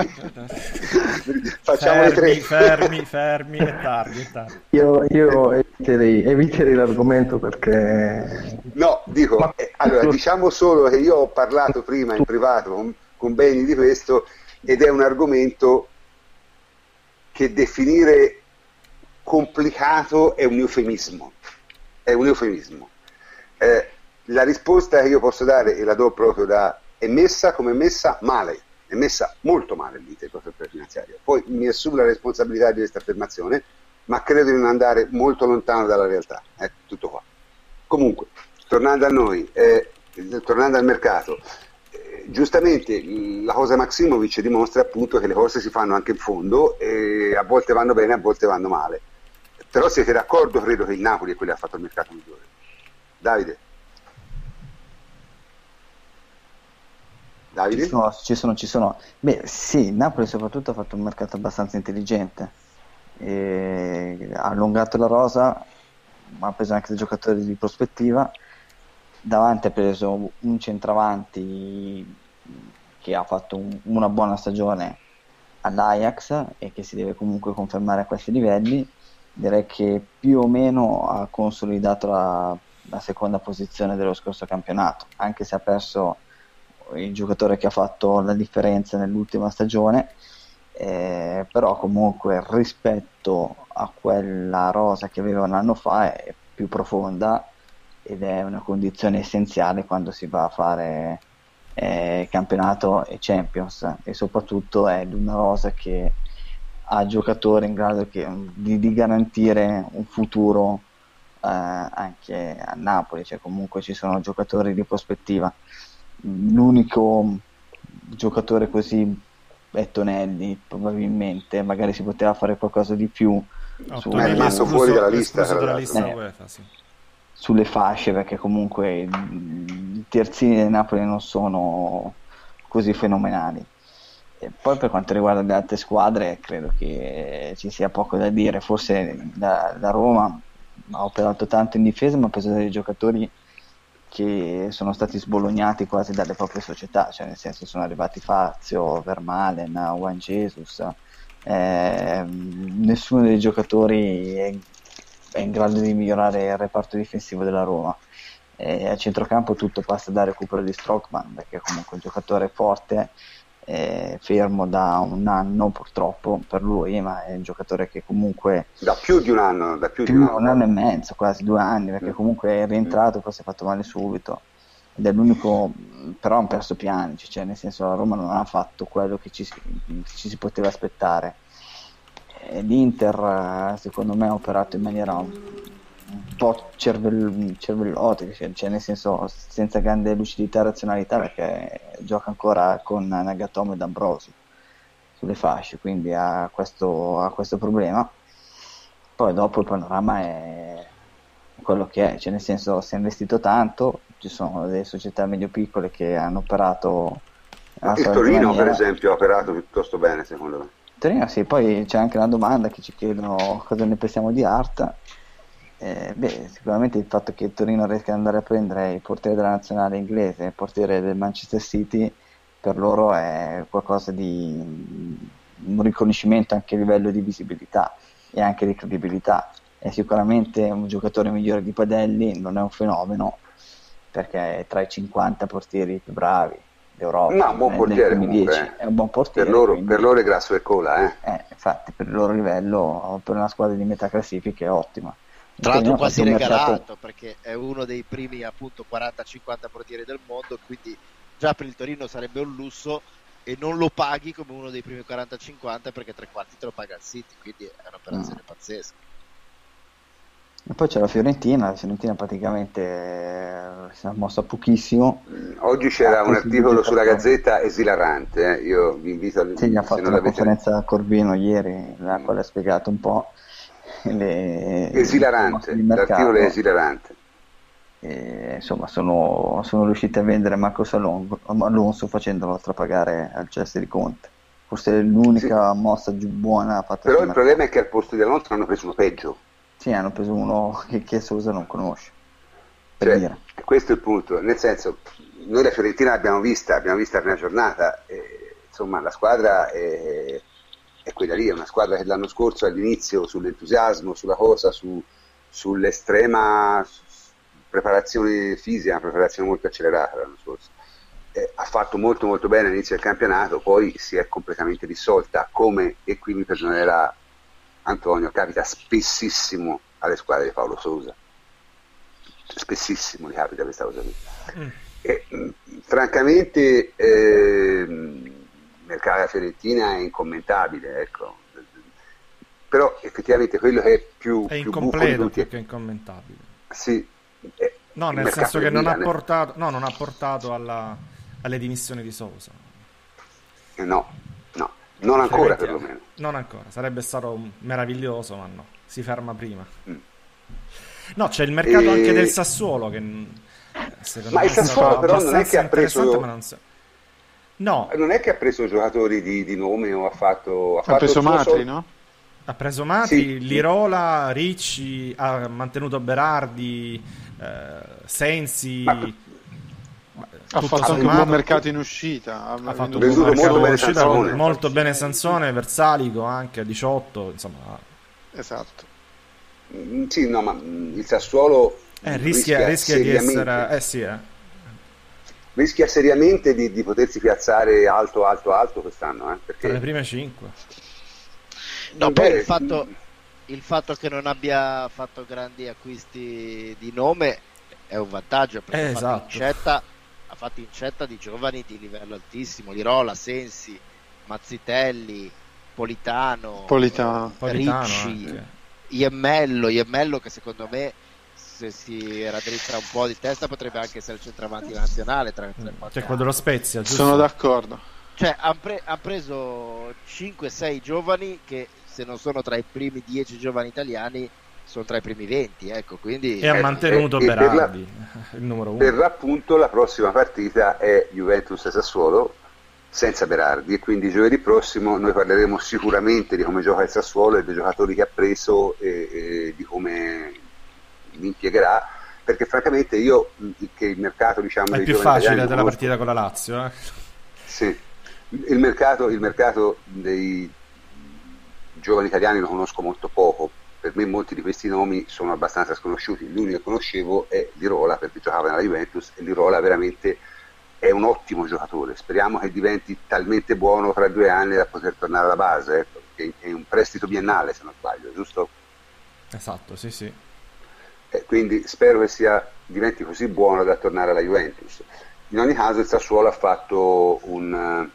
facciamo le 3. Fermi, è tardi. Io eviterei l'argomento, perché... No, dico, allora diciamo solo che io ho parlato prima in privato con Benny di questo, ed è un argomento che definire complicato è un eufemismo. La risposta che io posso dare, e la do proprio è messa come è messa male, è messa molto male l'Inter finanziario. Poi mi assumo la responsabilità di questa affermazione, ma credo di non andare molto lontano dalla realtà. Tutto qua. Comunque, tornando a noi, tornando al mercato, giustamente la cosa Maximovic dimostra appunto che le cose si fanno anche in fondo, e a volte vanno bene, a volte vanno male. Però siete d'accordo, credo, che il Napoli è quello che ha fatto il mercato migliore. Davide? Ci sono. Beh, sì, il Napoli soprattutto ha fatto un mercato abbastanza intelligente. Ha allungato la rosa, ma ha preso anche dei giocatori di prospettiva. Davanti ha preso un centravanti che ha fatto una buona stagione all'Ajax e che si deve comunque confermare a questi livelli. Direi che più o meno ha consolidato la seconda posizione dello scorso campionato, anche se ha perso il giocatore che ha fatto la differenza nell'ultima stagione, però comunque rispetto a quella rosa che aveva un anno fa è più profonda ed è una condizione essenziale quando si va a fare campionato e Champions, e soprattutto è una rosa che ha giocatori in grado di garantire un futuro anche a Napoli, cioè comunque ci sono giocatori di prospettiva. L'unico giocatore così è Tonelli, probabilmente magari si poteva fare qualcosa di più Tonelli è messo fuori dalla lista, UEFA, sì. Sulle fasce, perché comunque i terzini del Napoli non sono così fenomenali. E poi per quanto riguarda le altre squadre credo che ci sia poco da dire, forse la Roma ha operato tanto in difesa, ma ha preso dei giocatori che sono stati sbolognati quasi dalle proprie società, cioè nel senso sono arrivati Fazio, Vermaelen, Juan Jesus, nessuno dei giocatori è in grado di migliorare il reparto difensivo della Roma. A centrocampo tutto passa dal recupero di Strootman, perché comunque è un giocatore forte, fermo da un anno purtroppo per lui, ma è un giocatore che comunque da più di un anno, un anno e mezzo, quasi 2 anni, perché comunque è rientrato, poi si è fatto male subito, ed è l'unico, però hanno perso Pjanic, cioè nel senso la Roma non ha fatto quello che ci si poteva aspettare. L'Inter secondo me ha operato in maniera un po' cervellotica, cioè nel senso senza grande lucidità e razionalità, perché gioca ancora con Nagatomo ed Ambrosi sulle fasce, quindi ha questo problema. Poi dopo il panorama è quello che è, cioè nel senso si è investito tanto, ci sono delle società medio-piccole che hanno operato il Torino per esempio ha operato piuttosto bene secondo me. Torino sì, poi c'è anche una domanda che ci chiedono cosa ne pensiamo di Art. Sicuramente il fatto che il Torino riesca ad andare a prendere il portiere della nazionale inglese e il portiere del Manchester City per loro è qualcosa di un riconoscimento anche a livello di visibilità e anche di credibilità. È sicuramente un giocatore migliore di Padelli, non è un fenomeno perché è tra i 50 portieri più bravi d'Europa. No, un buon portiere comunque, è un buon portiere. Per loro è grasso e cola. Infatti per il loro livello, per una squadra di metà classifica è ottima. Tra l'altro quasi regalato perché è uno dei primi appunto 40-50 portieri del mondo, quindi già per il Torino sarebbe un lusso e non lo paghi come uno dei primi 40-50 perché 3/4 te lo paga il City, quindi è un'operazione pazzesca. E poi c'è la Fiorentina praticamente si è mossa pochissimo. Oggi c'era un articolo sulla Gazzetta esilarante, io vi invito a leggere. Sì, ha fatto una conferenza a Corvino ieri, la quale ha spiegato un po' esilarante, l'articolo è esilarante. Insomma sono riusciti a vendere Marcos Alonso facendolo strapagare al Chelsea di Conte, forse è l'unica mossa buona fatta. Però il problema è che al posto di Alonso hanno preso uno peggio. Sì, hanno preso uno che Sousa non conosce, per dire. Questo è il punto, nel senso noi la Fiorentina l'abbiamo vista la prima giornata, insomma la squadra è quella lì, è una squadra che l'anno scorso all'inizio sull'entusiasmo, sulla cosa, sull'estrema preparazione fisica, una preparazione molto accelerata l'anno scorso, ha fatto molto molto bene all'inizio del campionato, poi si è completamente dissolta, come, e qui mi perdonerà Antonio, capita spessissimo alle squadre di Paolo Sousa, spessissimo gli capita questa cosa qui. Francamente il mercato della Fiorentina è incommentabile, ecco. Però effettivamente quello che è più incompleto più che incommentabile. Sì, no, nel senso che non ha portato alle dimissioni di Sousa. No, non ancora perlomeno. Non ancora, sarebbe stato meraviglioso, ma no, si ferma prima. No, c'è il mercato anche del Sassuolo che secondo me il Sassuolo però non è che ha preso no, non è che ha preso giocatori di nome o ha preso Matri, no? Ha preso Matri, sì. Lirola, Ricci, ha mantenuto Berardi, Sensi. Ha fatto anche un buon mercato in uscita. Ha fatto un buon mercato in uscita, molto bene Sansone, Versalico anche a 18, insomma. Esatto. Sì, no, ma il Sassuolo rischia di essere rischia seriamente di potersi piazzare alto quest'anno, perché tra le prime 5. No, poi il fatto che non abbia fatto grandi acquisti di nome è un vantaggio, perché esatto. ha fatto incetta di giovani di livello altissimo, Lirola, Sensi, Mazzitelli, Politano. Ricci, Iemmello, che secondo me, se si raddrizza un po' di testa, potrebbe anche essere il centravanti nazionale tra 3-4 cioè quello dello Spezia, giusto? Sono d'accordo. Cioè ha preso 5-6 giovani che, se non sono tra i primi 10 giovani italiani, sono tra i primi 20, ecco, quindi... E ha mantenuto Berardi, il numero 1. Per l'appunto la prossima partita è Juventus-Sassuolo senza Berardi, e quindi giovedì prossimo noi parleremo sicuramente di come gioca il Sassuolo e dei giocatori che ha preso e di come li impiegherà, perché francamente io, che il mercato, diciamo, è più facile della partita con la Lazio, Sì, il mercato dei giovani italiani lo conosco molto poco. Per me molti di questi nomi sono abbastanza sconosciuti. L'unico che conoscevo è Lirola, perché giocava nella Juventus, e Lirola veramente è un ottimo giocatore. Speriamo che diventi talmente buono tra 2 anni da poter tornare alla base, perché è un prestito biennale, se non sbaglio, giusto? Esatto, sì. Quindi spero che diventi così buono da tornare alla Juventus. In ogni caso il Sassuolo ha fatto una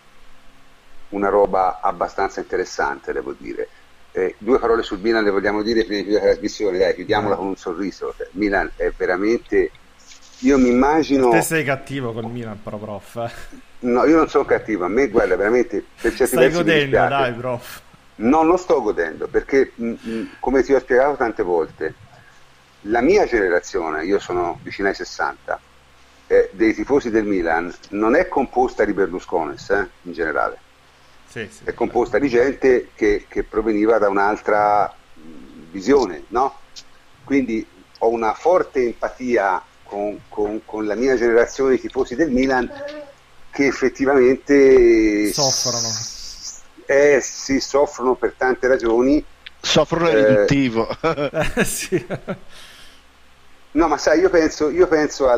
roba abbastanza interessante, devo dire. 2 parole sul Milan le vogliamo dire prima di chiudere la trasmissione, dai, chiudiamola con un sorriso. Milan è veramente, io mi immagino... Te sei cattivo col Milan, però, prof. No, io non sono cattivo, a me, guarda, veramente, per certi stai versi godendo, dai, prof. No, non sto godendo, perché come ti ho spiegato tante volte, la mia generazione, io sono vicino ai 60, dei tifosi del Milan non è composta di Berluscones, in generale. Sì, è composta di gente che proveniva da un'altra visione, no? Quindi ho una forte empatia con la mia generazione di tifosi del Milan, che effettivamente soffrono. Sì, soffrono per tante ragioni. Soffrono riduttivo. Sì. No, ma sai, io penso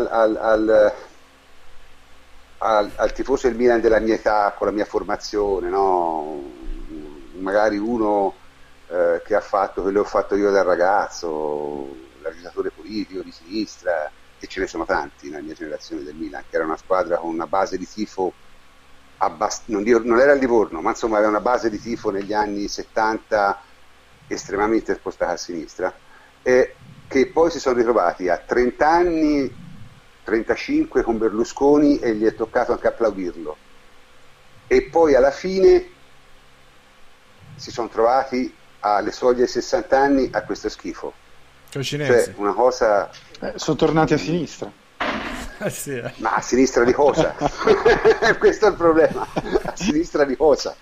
al tifoso del Milan della mia età, con la mia formazione, no? Magari uno che ha fatto quello che ho fatto io da ragazzo, l'agitatore politico di sinistra, e ce ne sono tanti nella mia generazione del Milan, che era una squadra con una base di tifo non era il Livorno, ma insomma aveva una base di tifo negli anni 70 estremamente spostata a sinistra, e che poi si sono ritrovati a 30 anni, 35 con Berlusconi, e gli è toccato anche applaudirlo, e poi alla fine si sono trovati alle soglie dei 60 anni a questo schifo. Cioè una cosa... sono tornati a sinistra. Sì. Ma a sinistra di cosa? Questo è il problema. A sinistra di cosa?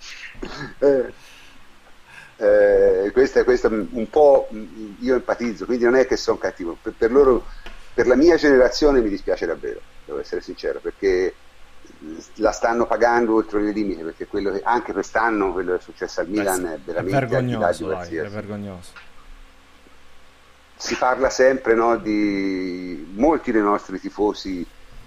Questo un po' io empatizzo, quindi non è che sono cattivo. Per loro, per la mia generazione mi dispiace davvero, devo essere sincero, perché la stanno pagando oltre le limiti, perché quello che, anche quest'anno quello che è successo al Milan è veramente vergognoso, è vergognoso. Si parla sempre, no, di molti dei nostri tifosi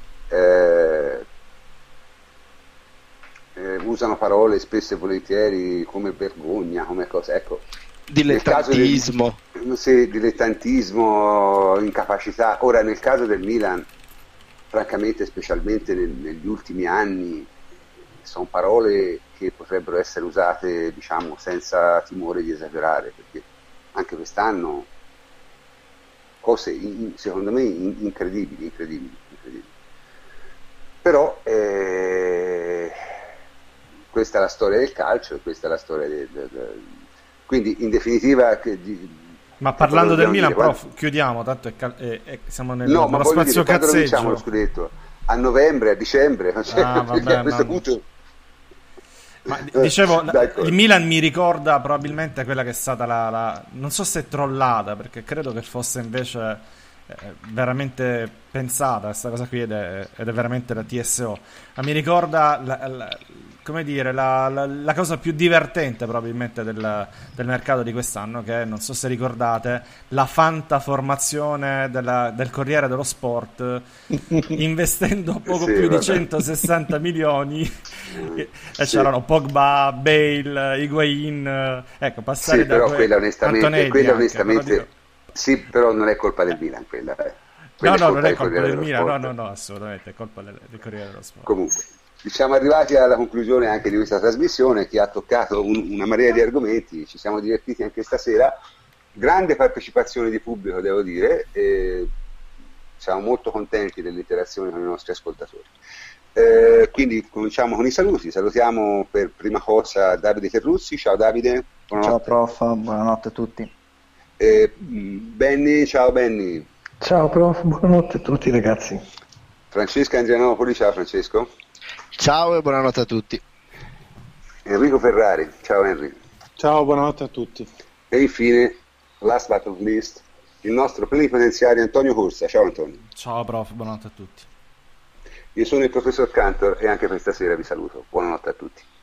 usano parole spesso e volentieri come vergogna, come cosa, ecco, dilettantismo. Sì, dilettantismo, incapacità. Ora, nel caso del Milan, francamente, specialmente negli ultimi anni, sono parole che potrebbero essere usate, diciamo, senza timore di esagerare, perché anche quest'anno cose secondo me incredibili. Però questa è la storia del calcio, e questa è la storia quindi in definitiva ma parlando del Milan, prof, chiudiamo, tanto siamo nello spazio cazzeggio. Diciamo lo scudetto a novembre, a dicembre, cioè, vabbè, a questo punto. Ma dicevo, il Milan mi ricorda probabilmente quella che è stata non so se trollata, perché credo che fosse invece veramente pensata questa cosa qui ed è veramente la TSO. Ma mi ricorda come dire, la cosa più divertente probabilmente del mercato di quest'anno, che non so se ricordate, la fantaformazione del Corriere dello Sport, investendo poco più di 160 milioni e c'erano Pogba, Bale, Higuain, ecco, passare da quella onestamente sì, però non è colpa del Milan quella. No, non è colpa del Milan, no, assolutamente, è colpa del Corriere dello Sport. Comunque, siamo arrivati alla conclusione anche di questa trasmissione che ha toccato una marea di argomenti, ci siamo divertiti anche stasera, grande partecipazione di pubblico devo dire, e siamo molto contenti dell'interazione con i nostri ascoltatori. Quindi cominciamo con i saluti. Salutiamo per prima cosa Davide Terruzzi. Ciao Davide. Ciao prof, buonanotte a tutti. Benny, ciao Benny. Ciao prof, buonanotte a tutti ragazzi. Francesco Andrianopoli, ciao Francesco. Ciao e buonanotte a tutti. Enrico Ferrari, ciao Henry. Ciao, buonanotte a tutti. E infine, last but not least, il nostro plenipotenziario Antonio Corsa. Ciao Antonio. Ciao prof, buonanotte a tutti. Io sono il professor Cantor e anche per stasera vi saluto. Buonanotte a tutti.